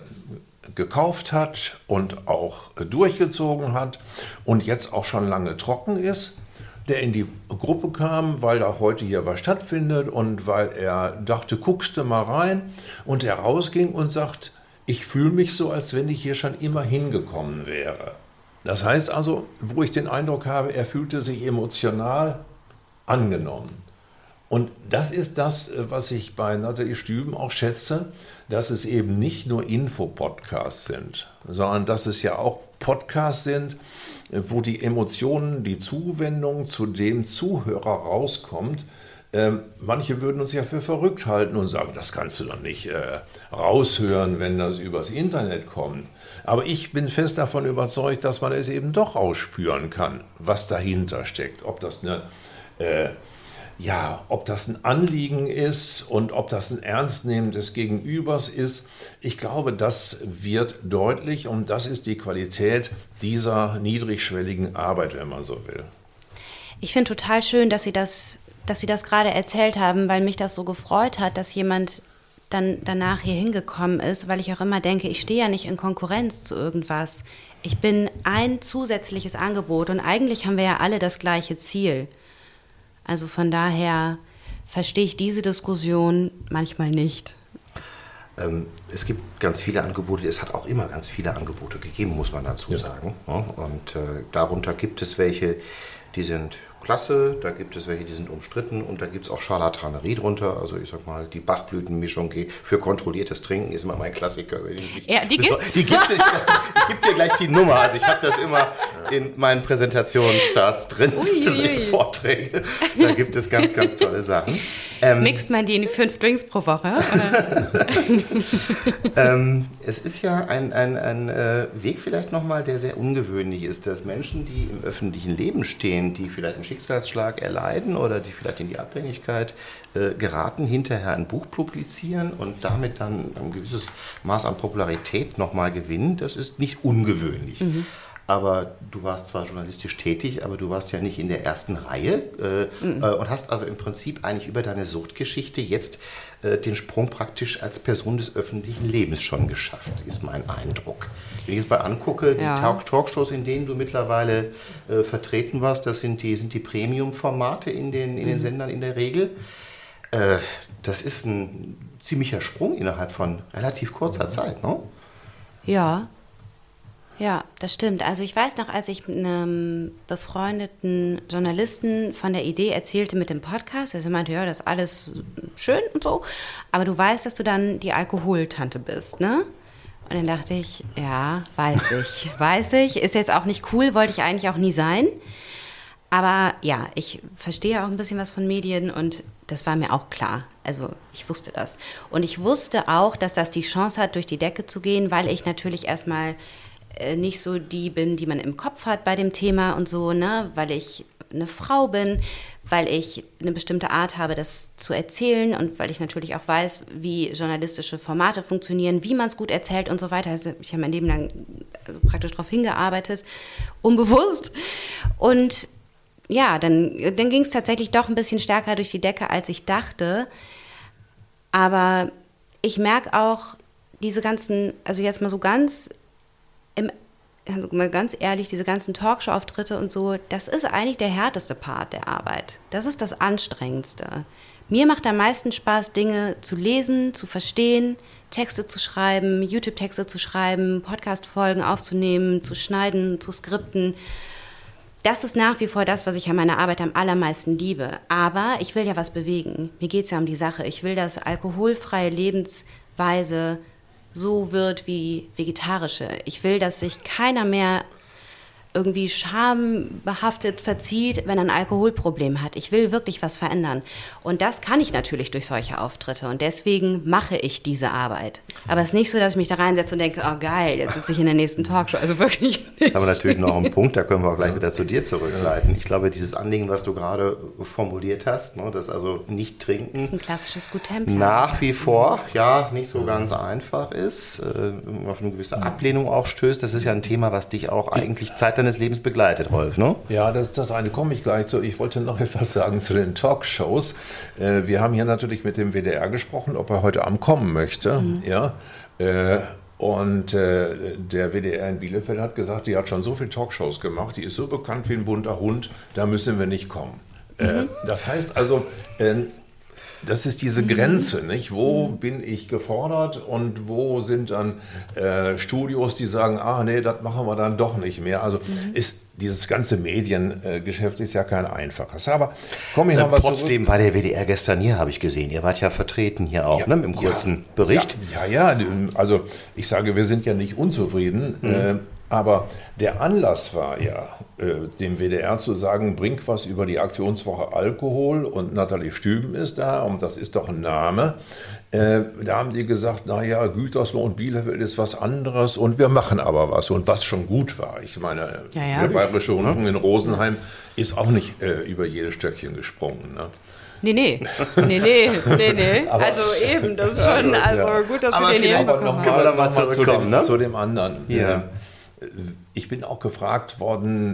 gekauft hat und auch durchgezogen hat und jetzt auch schon lange trocken ist, der in die Gruppe kam, weil da heute hier was stattfindet und weil er dachte, guckst du mal rein, und er rausging und sagt, ich fühle mich so, als wenn ich hier schon immer hingekommen wäre. Das heißt also, wo ich den Eindruck habe, er fühlte sich emotional angenommen. Und das ist das, was ich bei Nathalie Stüben auch schätze, dass es eben nicht nur Infopodcasts sind, sondern dass es ja auch Podcasts sind, wo die Emotionen, die Zuwendung zu dem Zuhörer rauskommt. Manche würden uns ja für verrückt halten und sagen, das kannst du doch nicht raushören, wenn das übers Internet kommt. Aber ich bin fest davon überzeugt, dass man es eben doch ausspüren kann, was dahinter steckt. Ob das ob das ein Anliegen ist und ob das ein Ernstnehmen des Gegenübers ist. Ich glaube, das wird deutlich und das ist die Qualität dieser niedrigschwelligen Arbeit, wenn man so will. Ich finde total schön, dass Sie das gerade erzählt haben, weil mich das so gefreut hat, dass jemand dann danach hier hingekommen ist, weil ich auch immer denke, ich stehe ja nicht in Konkurrenz zu irgendwas. Ich bin ein zusätzliches Angebot und eigentlich haben wir ja alle das gleiche Ziel. Also von daher verstehe ich diese Diskussion manchmal nicht. Es gibt ganz viele Angebote, es hat auch immer ganz viele Angebote gegeben, muss man dazu sagen. Und darunter gibt es welche, die sind klasse, da gibt es welche, die sind umstritten und da gibt es auch Scharlatanerie drunter. Also ich sag mal, die Bachblütenmischung für kontrolliertes Trinken ist immer mein Klassiker. Die gibt's. Die gibt es. Ich gebe dir gleich die Nummer. Also ich habe das immer in meinen Präsentationscharts drin, Vorträge. Da gibt es ganz, ganz tolle Sachen. Mixt man die in die 5 Drinks pro Woche? Es ist ja ein Weg vielleicht nochmal, der sehr ungewöhnlich ist, dass Menschen, die im öffentlichen Leben stehen, die vielleicht einen Schicksalsschlag erleiden oder die vielleicht in die Abhängigkeit geraten, hinterher ein Buch publizieren und damit dann ein gewisses Maß an Popularität nochmal gewinnen, das ist nicht ungewöhnlich. Mhm. Aber du warst zwar journalistisch tätig, aber du warst ja nicht in der ersten Reihe und hast also im Prinzip eigentlich über deine Suchtgeschichte jetzt den Sprung praktisch als Person des öffentlichen Lebens schon geschafft, ist mein Eindruck. Wenn ich jetzt mal angucke, die Talkshows, in denen du mittlerweile vertreten warst, das sind die Premium-Formate in den Sendern in der Regel. Das ist ein ziemlicher Sprung innerhalb von relativ kurzer Zeit, ne? Ja, das stimmt. Also ich weiß noch, als ich einem befreundeten Journalisten von der Idee erzählte mit dem Podcast, also er meinte, ja, das ist alles schön und so, aber du weißt, dass du dann die Alkoholtante bist, ne? Und dann dachte ich, ja, weiß ich. Ist jetzt auch nicht cool, wollte ich eigentlich auch nie sein. Aber ja, ich verstehe auch ein bisschen was von Medien und das war mir auch klar. Also ich wusste das. Und ich wusste auch, dass das die Chance hat, durch die Decke zu gehen, weil ich natürlich erstmal nicht so die bin, die man im Kopf hat bei dem Thema und so, ne, weil ich eine Frau bin, weil ich eine bestimmte Art habe, das zu erzählen und weil ich natürlich auch weiß, wie journalistische Formate funktionieren, wie man es gut erzählt und so weiter. Also ich habe mein Leben lang also praktisch darauf hingearbeitet, unbewusst. Und ja, dann ging es tatsächlich doch ein bisschen stärker durch die Decke, als ich dachte. Aber ich merke auch diese ganzen, also jetzt mal so ganz ehrlich, diese ganzen Talkshow-Auftritte und so, das ist eigentlich der härteste Part der Arbeit. Das ist das Anstrengendste. Mir macht am meisten Spaß, Dinge zu lesen, zu verstehen, Texte zu schreiben, YouTube-Texte zu schreiben, Podcast-Folgen aufzunehmen, zu schneiden, zu skripten. Das ist nach wie vor das, was ich an meiner Arbeit am allermeisten liebe. Aber ich will ja was bewegen. Mir geht es ja um die Sache. Ich will, dass alkoholfreie Lebensweise so wird wie vegetarische. Ich will, dass sich keiner mehr irgendwie schambehaftet verzieht, wenn er ein Alkoholproblem hat. Ich will wirklich was verändern. Und das kann ich natürlich durch solche Auftritte. Und deswegen mache ich diese Arbeit. Aber es ist nicht so, dass ich mich da reinsetze und denke, oh geil, jetzt sitze ich in der nächsten Talkshow. Also wirklich nicht. Aber natürlich noch einen Punkt, da können wir auch gleich wieder zu dir zurückleiten. Ich glaube, dieses Anliegen, was du gerade formuliert hast, ne, das also nicht trinken, das ist ein klassisches Guttempler. Nach wie vor, ja, nicht so ganz einfach ist, auf eine gewisse Ablehnung auch stößt. Das ist ja ein Thema, was dich auch eigentlich Zeit deines Lebens begleitet, Rolf, ne? Ja, das ist das eine, komme ich gleich zu. Ich wollte noch etwas sagen zu den Talkshows. Wir haben hier natürlich mit dem WDR gesprochen, ob er heute Abend kommen möchte. Ja, und der WDR in Bielefeld hat gesagt, die hat schon so viele Talkshows gemacht, die ist so bekannt wie ein bunter Hund, da müssen wir nicht kommen. Das heißt also, das ist diese Grenze, nicht? Wo bin ich gefordert und wo sind dann Studios, die sagen, nee, das machen wir dann doch nicht mehr. Also dieses ganze Mediengeschäft ist ja kein einfaches. Aber komm ich noch was trotzdem war der WDR gestern hier, habe ich gesehen. Ihr wart ja vertreten hier auch, ne, im kurzen Bericht. Ja, also ich sage, wir sind ja nicht unzufrieden, aber der Anlass war ja, dem WDR zu sagen, bringt was über die Aktionswoche Alkohol und Nathalie Stüben ist da und das ist doch ein Name. Da haben die gesagt, naja, Gütersloh und Bielefeld ist was anderes und wir machen aber was und was schon gut war. Ich meine, der Bayerische Rundfunk in Rosenheim ist auch nicht über jedes Stöckchen gesprungen, ne? Nee. Aber, also eben, das ist schon, gut, dass wir den hier bekommen haben. Aber nochmal zurückkommen, zu dem anderen. Ja. Ich bin auch gefragt worden,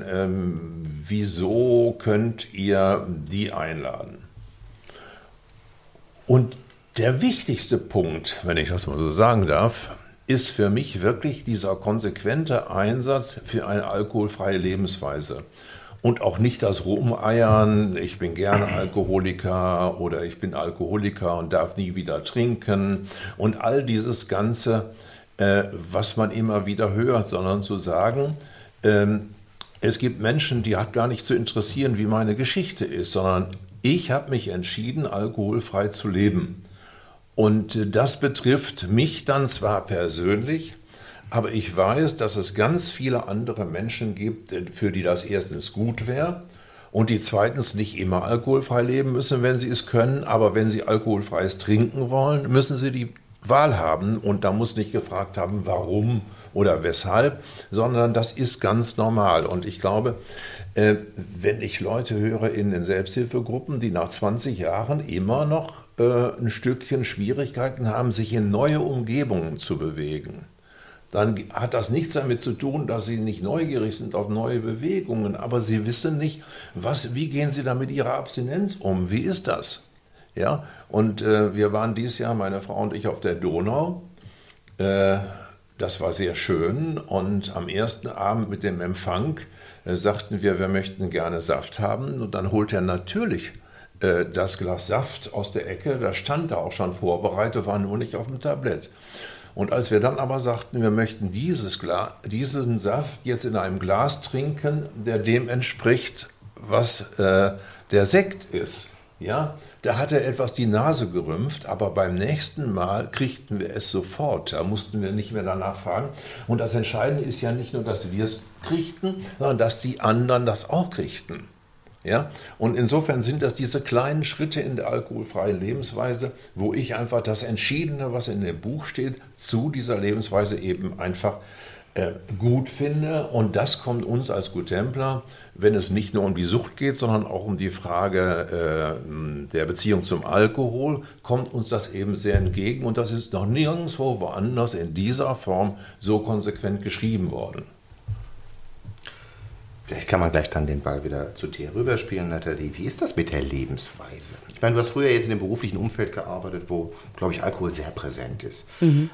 wieso könnt ihr die einladen? Und der wichtigste Punkt, wenn ich das mal so sagen darf, ist für mich wirklich dieser konsequente Einsatz für eine alkoholfreie Lebensweise. Und auch nicht das Rumeiern, ich bin gerne Alkoholiker oder ich bin Alkoholiker und darf nie wieder trinken und all dieses Ganze, was man immer wieder hört, sondern zu sagen, es gibt Menschen, die hat gar nicht zu interessieren, wie meine Geschichte ist, sondern ich habe mich entschieden, alkoholfrei zu leben. Und das betrifft mich dann zwar persönlich, aber ich weiß, dass es ganz viele andere Menschen gibt, für die das erstens gut wäre und die zweitens nicht immer alkoholfrei leben müssen, wenn sie es können, aber wenn sie alkoholfreies trinken wollen, müssen sie die Wahl haben und da muss nicht gefragt haben, warum oder weshalb, sondern das ist ganz normal. Und ich glaube, wenn ich Leute höre in den Selbsthilfegruppen, die nach 20 Jahren immer noch ein Stückchen Schwierigkeiten haben, sich in neue Umgebungen zu bewegen, dann hat das nichts damit zu tun, dass sie nicht neugierig sind auf neue Bewegungen, aber sie wissen nicht, wie gehen sie da mit ihrer Abstinenz um, wie ist das? Ja, und wir waren dieses Jahr, meine Frau und ich, auf der Donau. Das war sehr schön und am ersten Abend mit dem Empfang sagten wir möchten gerne Saft haben und dann holt er natürlich das Glas Saft aus der Ecke, das stand da auch schon vorbereitet, war nur nicht auf dem Tablett. Und als wir dann aber sagten, wir möchten diesen Saft jetzt in einem Glas trinken, der dem entspricht, was der Sekt ist, ja, da hat er etwas die Nase gerümpft, aber beim nächsten Mal kriegten wir es sofort. Da mussten wir nicht mehr danach fragen. Und das Entscheidende ist ja nicht nur, dass wir es kriegten, sondern dass die anderen das auch kriegten. Ja? Und insofern sind das diese kleinen Schritte in der alkoholfreien Lebensweise, wo ich einfach das Entschiedene, was in dem Buch steht, zu dieser Lebensweise eben einfach gut finde. Und das kommt uns als Guttempler, wenn es nicht nur um die Sucht geht, sondern auch um die Frage der Beziehung zum Alkohol, kommt uns das eben sehr entgegen. Und das ist noch nirgendwo woanders in dieser Form so konsequent geschrieben worden. Vielleicht kann man gleich dann den Ball wieder zu dir rüberspielen, Nathalie. Wie ist das mit der Lebensweise? Ich meine, du hast früher jetzt in dem beruflichen Umfeld gearbeitet, wo, glaube ich, Alkohol sehr präsent ist.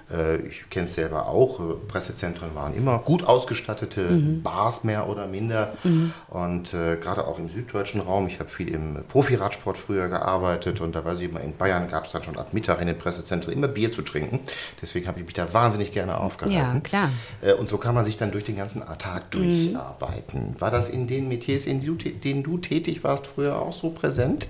Ich kenne es selber auch. Pressezentren waren immer gut ausgestattete Bars, mehr oder minder. Und gerade auch im süddeutschen Raum. Ich habe viel im Profiradsport früher gearbeitet. Und da weiß ich immer, in Bayern gab es dann schon ab Mittag in den Pressezentren immer Bier zu trinken. Deswegen habe ich mich da wahnsinnig gerne aufgehalten. Ja, klar. Und so kann man sich dann durch den ganzen Tag durcharbeiten. War das in den Metiers, in denen du tätig warst, früher auch so präsent?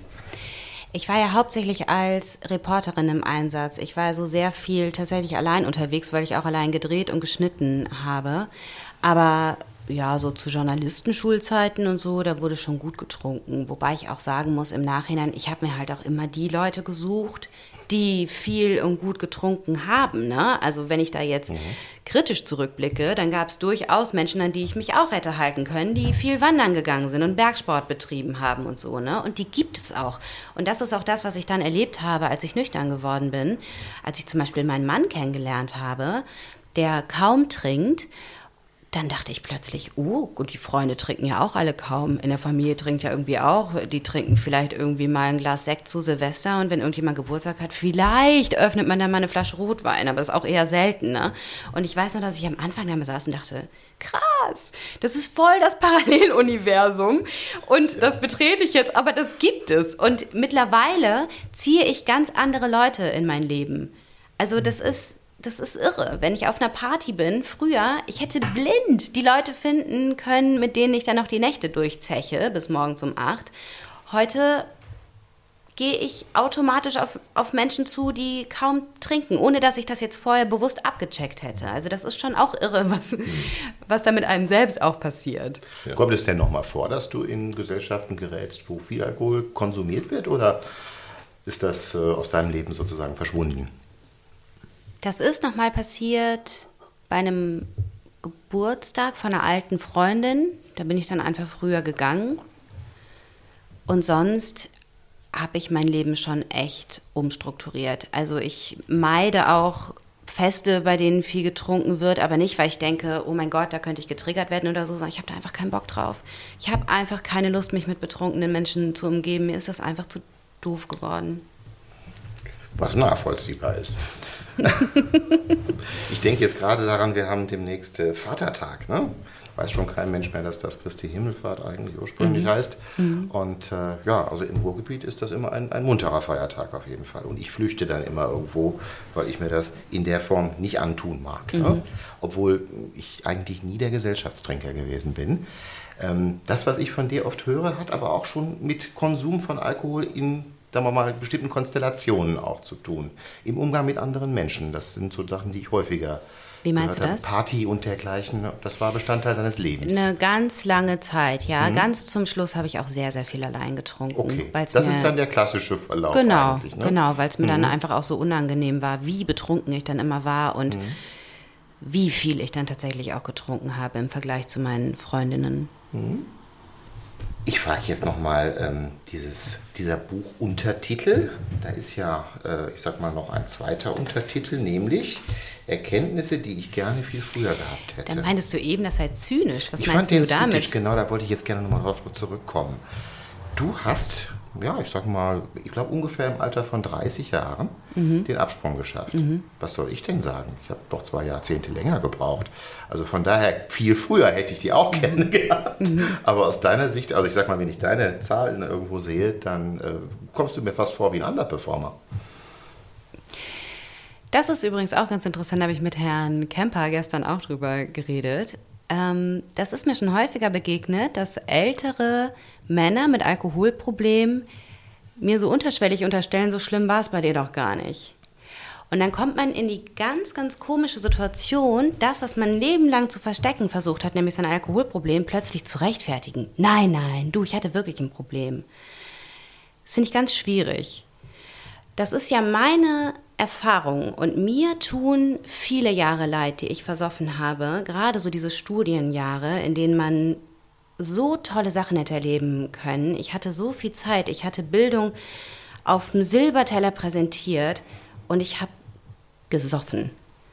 Ich war ja hauptsächlich als Reporterin im Einsatz. Ich war so sehr viel tatsächlich allein unterwegs, weil ich auch allein gedreht und geschnitten habe. Aber ja, so zu Journalistenschulzeiten und so, da wurde schon gut getrunken. Wobei ich auch sagen muss, im Nachhinein, ich habe mir halt auch immer die Leute gesucht, die viel und gut getrunken haben. Ne? Also wenn ich da jetzt kritisch zurückblicke, dann gab es durchaus Menschen, an die ich mich auch hätte halten können, die viel wandern gegangen sind und Bergsport betrieben haben und so. Ne? Und die gibt es auch. Und das ist auch das, was ich dann erlebt habe, als ich nüchtern geworden bin. Als ich zum Beispiel meinen Mann kennengelernt habe, der kaum trinkt. Dann dachte ich plötzlich, oh, und die Freunde trinken ja auch alle kaum. In der Familie trinkt ja irgendwie auch. Die trinken vielleicht irgendwie mal ein Glas Sekt zu Silvester. Und wenn irgendjemand Geburtstag hat, vielleicht öffnet man dann mal eine Flasche Rotwein. Aber das ist auch eher selten, ne? Und ich weiß noch, dass ich am Anfang da saß und dachte, krass, das ist voll das Paralleluniversum. Und das betrete ich jetzt, aber das gibt es. Und mittlerweile ziehe ich ganz andere Leute in mein Leben. Also das ist irre. Wenn ich auf einer Party bin, früher, ich hätte blind die Leute finden können, mit denen ich dann noch die Nächte durchzeche, bis morgens um 8. Heute gehe ich automatisch auf Menschen zu, die kaum trinken, ohne dass ich das jetzt vorher bewusst abgecheckt hätte. Also das ist schon auch irre, was da mit einem selbst auch passiert. Ja. Kommt es denn nochmal vor, dass du in Gesellschaften gerätst, wo viel Alkohol konsumiert wird, oder ist das aus deinem Leben sozusagen verschwunden? Das ist nochmal passiert bei einem Geburtstag von einer alten Freundin. Da bin ich dann einfach früher gegangen. Und sonst habe ich mein Leben schon echt umstrukturiert. Also ich meide auch Feste, bei denen viel getrunken wird, aber nicht, weil ich denke, oh mein Gott, da könnte ich getriggert werden oder so, sondern ich habe da einfach keinen Bock drauf. Ich habe einfach keine Lust, mich mit betrunkenen Menschen zu umgeben. Mir ist das einfach zu doof geworden. Was nachvollziehbar ist. Ich denke jetzt gerade daran, wir haben demnächst Vatertag, ne? Weiß schon kein Mensch mehr, dass das Christi Himmelfahrt eigentlich ursprünglich heißt. Und ja, also im Ruhrgebiet ist das immer ein munterer Feiertag auf jeden Fall. Und ich flüchte dann immer irgendwo, weil ich mir das in der Form nicht antun mag. Ne? Obwohl ich eigentlich nie der Gesellschaftstrinker gewesen bin. Das, was ich von dir oft höre, hat aber auch schon mit Konsum von Alkohol in, sagen wir mal, bestimmten Konstellationen auch zu tun. Im Umgang mit anderen Menschen. Das sind so Sachen, die ich häufiger Wie meinst du das? Party und dergleichen, das war Bestandteil deines Lebens. Eine ganz lange Zeit, ja. Ganz zum Schluss habe ich auch sehr, sehr viel allein getrunken. Okay, das ist dann der klassische Verlauf eigentlich, ne? Genau, weil es mir dann einfach auch so unangenehm war, wie betrunken ich dann immer war und wie viel ich dann tatsächlich auch getrunken habe im Vergleich zu meinen Freundinnen. Ich frage jetzt nochmal, dieser Buchuntertitel, da ist ja, ich sag mal, noch ein zweiter Untertitel, nämlich Erkenntnisse, die ich gerne viel früher gehabt hätte. Dann meintest du eben, das sei zynisch. Was ich meinst fand du den damit? Zynisch, genau, da wollte ich jetzt gerne nochmal drauf zurückkommen. Du hast, ja, ich sag mal, ich glaube ungefähr im Alter von 30 Jahren den Absprung geschafft. Was soll ich denn sagen? Ich habe doch 2 Jahrzehnte länger gebraucht. Also von daher, viel früher hätte ich die auch gerne gehabt. Aber aus deiner Sicht, also ich sag mal, wenn ich deine Zahlen irgendwo sehe, dann kommst du mir fast vor wie ein Underperformer. Das ist übrigens auch ganz interessant, da habe ich mit Herrn Kemper gestern auch drüber geredet. Das ist mir schon häufiger begegnet, dass ältere Männer mit Alkoholproblemen mir so unterschwellig unterstellen, so schlimm war es bei dir doch gar nicht. Und dann kommt man in die ganz, ganz komische Situation, das, was man ein Leben lang zu verstecken versucht hat, nämlich sein Alkoholproblem, plötzlich zu rechtfertigen. Nein, du, ich hatte wirklich ein Problem. Das finde ich ganz schwierig. Das ist ja meine Erfahrung und mir tun viele Jahre leid, die ich versoffen habe, gerade so diese Studienjahre, in denen man so tolle Sachen hätte erleben können. Ich hatte so viel Zeit, ich hatte Bildung auf dem Silberteller präsentiert und ich habe gesoffen.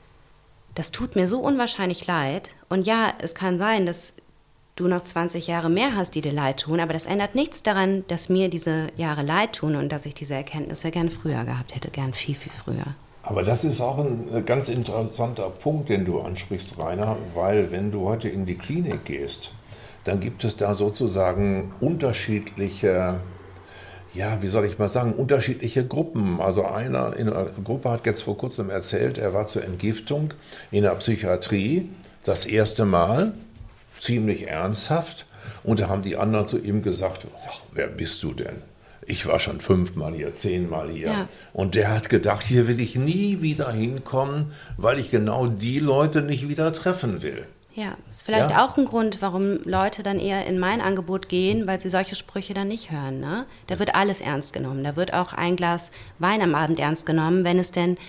Das tut mir so unwahrscheinlich leid. Und ja, es kann sein, dass du noch 20 Jahre mehr hast, die dir leid tun, aber das ändert nichts daran, dass mir diese Jahre leid tun und dass ich diese Erkenntnisse gern früher gehabt hätte, gern viel, viel früher. Aber das ist auch ein ganz interessanter Punkt, den du ansprichst, Rainer, weil wenn du heute in die Klinik gehst, dann gibt es da sozusagen unterschiedliche, ja, wie soll ich mal sagen, unterschiedliche Gruppen. Also einer in einer Gruppe hat jetzt vor kurzem erzählt, er war zur Entgiftung in der Psychiatrie das erste Mal, ziemlich ernsthaft, und da haben die anderen zu ihm gesagt, wer bist du denn? Ich war schon 5-mal hier, 10-mal hier. Ja. Und der hat gedacht, hier will ich nie wieder hinkommen, weil ich genau die Leute nicht wieder treffen will. Ja, ist vielleicht auch ein Grund, warum Leute dann eher in mein Angebot gehen, weil sie solche Sprüche dann nicht hören. Ne? Da wird alles ernst genommen. Da wird auch ein Glas Wein am Abend ernst genommen, wenn es denn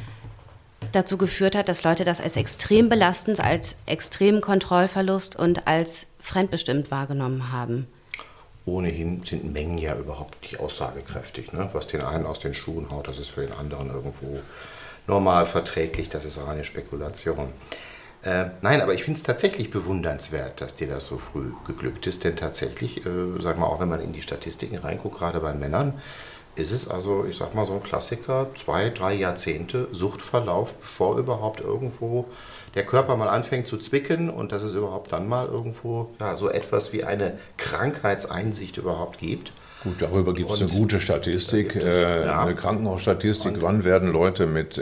dazu geführt hat, dass Leute das als extrem belastend, als extremen Kontrollverlust und als fremdbestimmt wahrgenommen haben. Ohnehin sind Mengen ja überhaupt nicht aussagekräftig. Ne? Was den einen aus den Schuhen haut, das ist für den anderen irgendwo normal verträglich. Das ist reine Spekulation. Nein, aber ich finde es tatsächlich bewundernswert, dass dir das so früh geglückt ist, denn tatsächlich, sag mal, auch wenn man in die Statistiken reinguckt, gerade bei Männern, ist es also, ich sag mal, so ein Klassiker, 2-3 Jahrzehnte Suchtverlauf, bevor überhaupt irgendwo der Körper mal anfängt zu zwicken und dass es überhaupt dann mal irgendwo so etwas wie eine Krankheitseinsicht überhaupt gibt. Gut, darüber gibt es eine gute Statistik, eine Krankenhausstatistik, wann werden Leute mit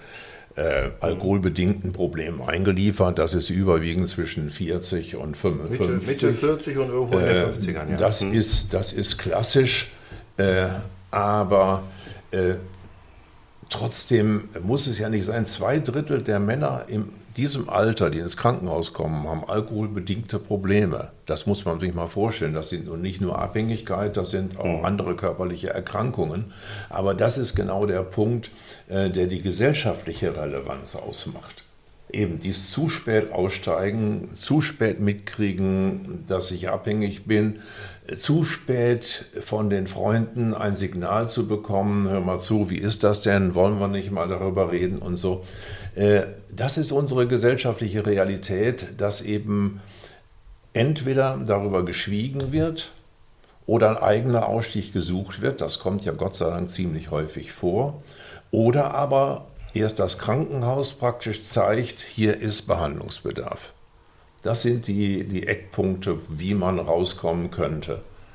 alkoholbedingten Problemen eingeliefert. Das ist überwiegend zwischen 40 und 55. Mitte 40 und irgendwo in den 50ern. Ja. Das ist klassisch, aber trotzdem muss es ja nicht sein. 2/3 der Männer in diesem Alter, die ins Krankenhaus kommen, haben alkoholbedingte Probleme. Das muss man sich mal vorstellen. Das sind nicht nur Abhängigkeit, das sind auch andere körperliche Erkrankungen. Aber das ist genau der Punkt, der die gesellschaftliche Relevanz ausmacht. Eben dieses zu spät aussteigen, zu spät mitkriegen, dass ich abhängig bin, zu spät von den Freunden ein Signal zu bekommen, hör mal zu, wie ist das denn, wollen wir nicht mal darüber reden und so. Das ist unsere gesellschaftliche Realität, dass eben entweder darüber geschwiegen wird oder ein eigener Ausstieg gesucht wird, das kommt ja Gott sei Dank ziemlich häufig vor, oder aber erst das Krankenhaus praktisch zeigt, hier ist Behandlungsbedarf. Das sind die Eckpunkte, wie man rauskommen könnte.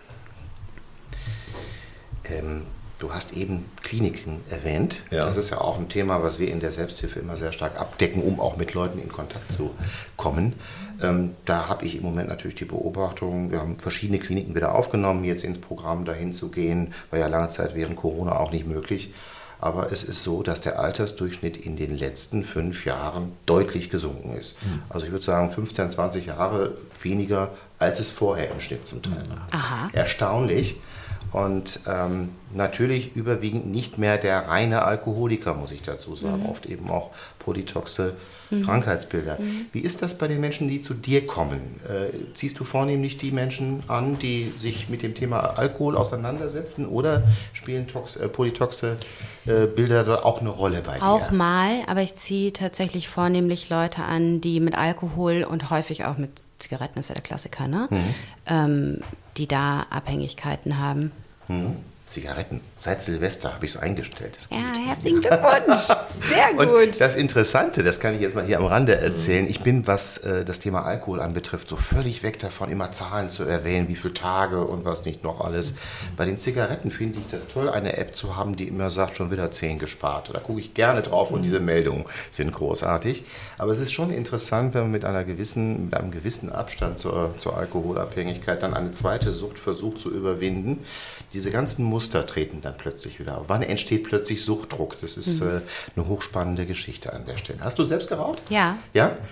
Du hast eben Kliniken erwähnt. Ja. Das ist ja auch ein Thema, was wir in der Selbsthilfe immer sehr stark abdecken, um auch mit Leuten in Kontakt zu kommen. Da habe ich im Moment natürlich die Beobachtung, wir haben verschiedene Kliniken wieder aufgenommen, jetzt ins Programm dahin zu gehen, war ja lange Zeit während Corona auch nicht möglich. Aber es ist so, dass der Altersdurchschnitt in den letzten 5 Jahren deutlich gesunken ist. Also ich würde sagen 15, 20 Jahre weniger, als es vorher im Schnitt zum Teil war. Aha. Erstaunlich. Und natürlich überwiegend nicht mehr der reine Alkoholiker, muss ich dazu sagen. Oft eben auch polytoxe Krankheitsbilder. Wie ist das bei den Menschen, die zu dir kommen? Ziehst du vornehmlich die Menschen an, die sich mit dem Thema Alkohol auseinandersetzen, oder spielen polytoxe Bilder da auch eine Rolle bei dir? Auch mal, aber ich ziehe tatsächlich vornehmlich Leute an, die mit Alkohol und häufig auch mit Zigaretten, ist ja der Klassiker, ne? Die da Abhängigkeiten haben. Zigaretten. Seit Silvester habe ich es eingestellt. Ja, herzlichen Glückwunsch. Sehr gut. Und das Interessante, das kann ich jetzt mal hier am Rande erzählen, ich bin, was das Thema Alkohol anbetrifft, so völlig weg davon, immer Zahlen zu erwähnen, wie viele Tage und was nicht noch alles. Bei den Zigaretten finde ich das toll, eine App zu haben, die immer sagt, schon wieder 10 gespart. Da gucke ich gerne drauf und diese Meldungen sind großartig. Aber es ist schon interessant, wenn man mit einem gewissen Abstand zur Alkoholabhängigkeit dann eine zweite Sucht versucht zu überwinden. Diese ganzen Muster treten dann plötzlich wieder auf. Wann entsteht plötzlich Suchtdruck? Das ist eine hochspannende Geschichte an der Stelle. Hast du selbst geraucht? Ja. Ja?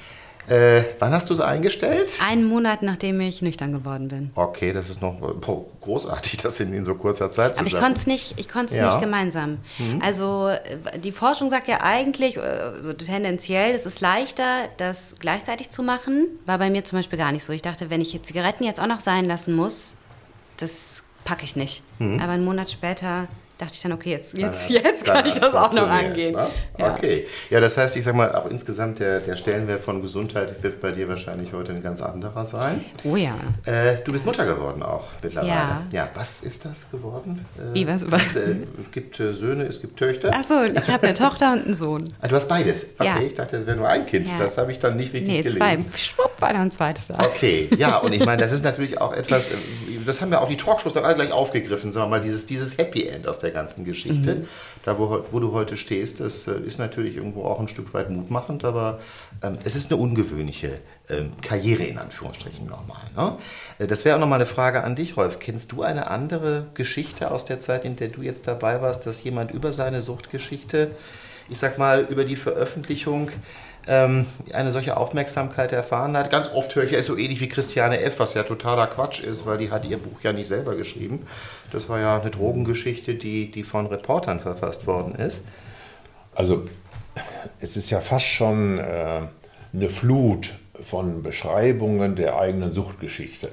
Wann hast du es eingestellt? Einen Monat, nachdem ich nüchtern geworden bin. Okay, das ist noch großartig, das in so kurzer Zeit zu schaffen. Aber ich konnte es nicht gemeinsam. Also die Forschung sagt ja eigentlich, so tendenziell, es ist leichter, das gleichzeitig zu machen. War bei mir zum Beispiel gar nicht so. Ich dachte, wenn ich Zigaretten jetzt auch noch sein lassen muss, das packe ich nicht. Aber einen Monat später dachte ich dann, okay, jetzt kann ich das auch noch angehen. Ne? Ja. Okay. Ja, das heißt, ich sag mal, auch insgesamt der Stellenwert von Gesundheit wird bei dir wahrscheinlich heute ein ganz anderer sein. Oh ja. Du bist Mutter geworden auch mittlerweile. Ja. Was ist das geworden? Wie, was? Es gibt Söhne, es gibt Töchter. Ach so, ich habe eine Tochter und einen Sohn. Du hast beides? Okay, ja. Ich dachte, es wäre nur ein Kind. Ja. Das habe ich dann nicht richtig gelesen. 2. Schwupp, war dann ein zweites da. Okay, ja, und ich meine, das ist natürlich auch etwas, das haben ja auch die Talkshows dann alle gleich aufgegriffen, sagen wir mal, dieses Happy End aus der ganzen Geschichte. Da, wo du heute stehst, das ist natürlich irgendwo auch ein Stück weit mutmachend, aber es ist eine ungewöhnliche Karriere in Anführungsstrichen nochmal. Ne? Das wäre auch nochmal eine Frage an dich, Rolf. Kennst du eine andere Geschichte aus der Zeit, in der du jetzt dabei warst, dass jemand über seine Suchtgeschichte, ich sag mal, über die Veröffentlichung eine solche Aufmerksamkeit erfahren hat? Ganz oft höre ich ja, ist so ähnlich wie Christiane F., was ja totaler Quatsch ist, weil die hat ihr Buch ja nicht selber geschrieben. Das war ja eine Drogengeschichte, die von Reportern verfasst worden ist. Also es ist ja fast schon eine Flut von Beschreibungen der eigenen Suchtgeschichte.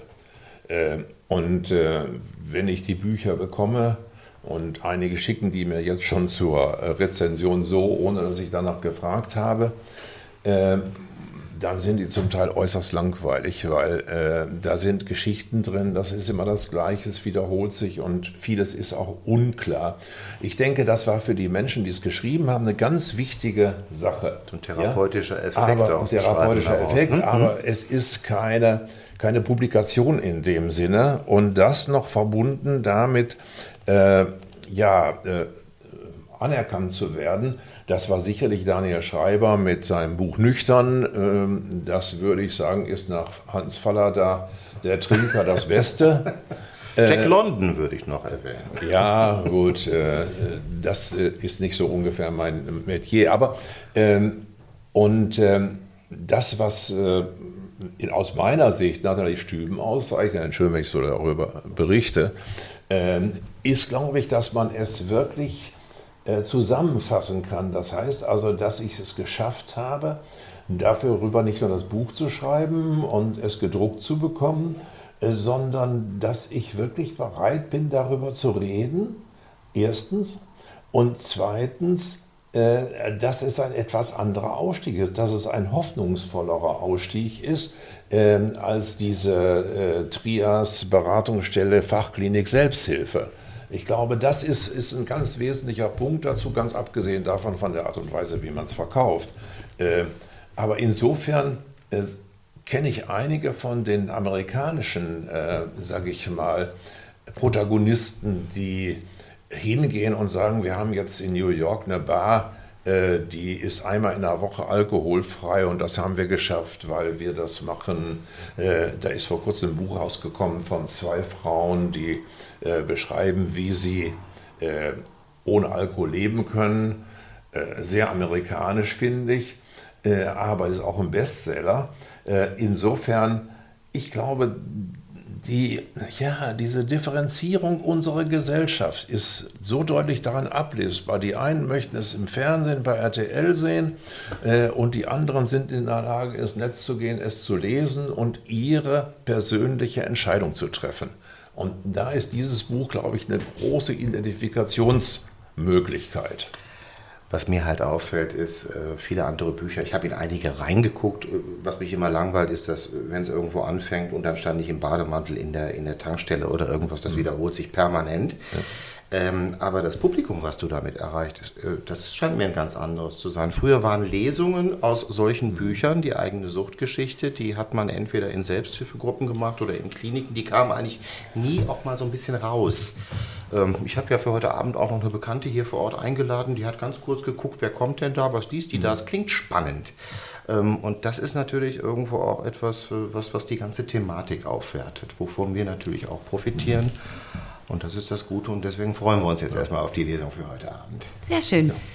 Und wenn ich die Bücher bekomme, und einige schicken die mir jetzt schon zur Rezension so, ohne dass ich danach gefragt habe, dann sind die zum Teil äußerst langweilig, weil da sind Geschichten drin, das ist immer das Gleiche, es wiederholt sich und vieles ist auch unklar. Ich denke, das war für die Menschen, die es geschrieben haben, eine ganz wichtige Sache. So ein therapeutischer Effekt auch. Therapeutischer Effekt, aber es ist keine Publikation in dem Sinne und das noch verbunden damit, anerkannt zu werden. Das war sicherlich Daniel Schreiber mit seinem Buch Nüchtern. Das würde ich sagen, ist nach Hans Fallada der Trinker das Beste. Jack London würde ich noch erwähnen. Ja, gut, das ist nicht so ungefähr mein Metier. Aber das, was aus meiner Sicht Nathalie Stüben auszeichnet, schön, wenn ich so darüber berichte, ist, glaube ich, dass man es wirklich zusammenfassen kann. Das heißt also, dass ich es geschafft habe, darüber nicht nur das Buch zu schreiben und es gedruckt zu bekommen, sondern dass ich wirklich bereit bin, darüber zu reden, erstens, und zweitens, dass es ein etwas anderer Ausstieg ist, dass es ein hoffnungsvollerer Ausstieg ist, als diese Trias-Beratungsstelle Fachklinik Selbsthilfe. Ich glaube, das ist ein ganz wesentlicher Punkt dazu, ganz abgesehen davon von der Art und Weise, wie man es verkauft. Aber insofern kenne ich einige von den amerikanischen, sage ich mal, Protagonisten, die hingehen und sagen, wir haben jetzt in New York eine Bar, die ist einmal in der Woche alkoholfrei und das haben wir geschafft, weil wir das machen. Da ist vor kurzem ein Buch rausgekommen von 2 Frauen, die beschreiben, wie sie ohne Alkohol leben können. Sehr amerikanisch, finde ich, aber ist auch ein Bestseller. Insofern, ich glaube, diese Differenzierung unserer Gesellschaft ist so deutlich daran ablesbar. Die einen möchten es im Fernsehen bei RTL sehen und die anderen sind in der Lage, ins Netz zu gehen, es zu lesen und ihre persönliche Entscheidung zu treffen. Und da ist dieses Buch, glaube ich, eine große Identifikationsmöglichkeit. Was mir halt auffällt, ist viele andere Bücher. Ich habe in einige reingeguckt. Was mich immer langweilt, ist, dass wenn es irgendwo anfängt und dann stand ich im Bademantel in der Tankstelle oder irgendwas, das wiederholt sich permanent. Ja. Aber das Publikum, was du damit erreicht, das scheint mir ein ganz anderes zu sein. Früher waren Lesungen aus solchen Büchern, die eigene Suchtgeschichte, die hat man entweder in Selbsthilfegruppen gemacht oder in Kliniken, die kamen eigentlich nie auch mal so ein bisschen raus. Ich habe ja für heute Abend auch noch eine Bekannte hier vor Ort eingeladen, die hat ganz kurz geguckt, wer kommt denn da, was liest die da, das klingt spannend. Und das ist natürlich irgendwo auch etwas, was die ganze Thematik aufwertet, wovon wir natürlich auch profitieren. Und das ist das Gute und deswegen freuen wir uns jetzt erstmal auf die Lesung für heute Abend. Sehr schön.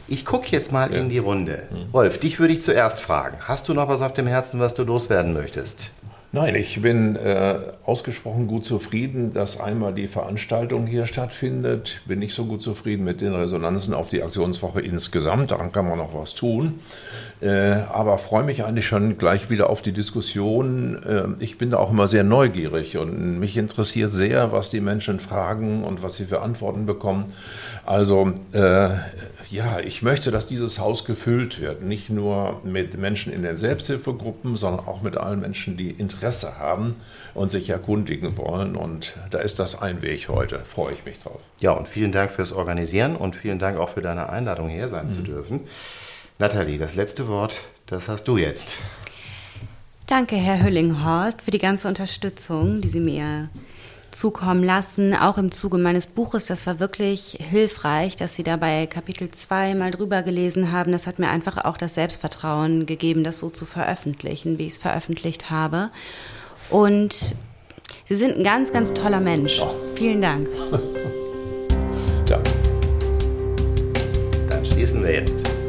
Ich gucke jetzt mal in die Runde. Rolf, dich würde ich zuerst fragen. Hast du noch was auf dem Herzen, was du loswerden möchtest? Nein, ich bin ausgesprochen gut zufrieden, dass einmal die Veranstaltung hier stattfindet. Bin nicht so gut zufrieden mit den Resonanzen auf die Aktionswoche insgesamt. Daran kann man noch was tun. Aber freue mich eigentlich schon gleich wieder auf die Diskussion. Ich bin da auch immer sehr neugierig und mich interessiert sehr, was die Menschen fragen und was sie für Antworten bekommen. Also ja, ich möchte, dass dieses Haus gefüllt wird. Nicht nur mit Menschen in den Selbsthilfegruppen, sondern auch mit allen Menschen, die Interesse haben und sich erkundigen wollen. Und da ist das ein Weg heute. Freue ich mich drauf. Ja, und vielen Dank fürs Organisieren und vielen Dank auch für deine Einladung, hier sein zu dürfen. Nathalie, das letzte Wort, das hast du jetzt. Danke, Herr Hüllinghorst, für die ganze Unterstützung, die Sie mir zukommen lassen, auch im Zuge meines Buches. Das war wirklich hilfreich, dass Sie da bei Kapitel 2 mal drüber gelesen haben. Das hat mir einfach auch das Selbstvertrauen gegeben, das so zu veröffentlichen, wie ich es veröffentlicht habe. Und Sie sind ein ganz, ganz toller Mensch. Ja. Vielen Dank. Danke. Dann schließen wir jetzt.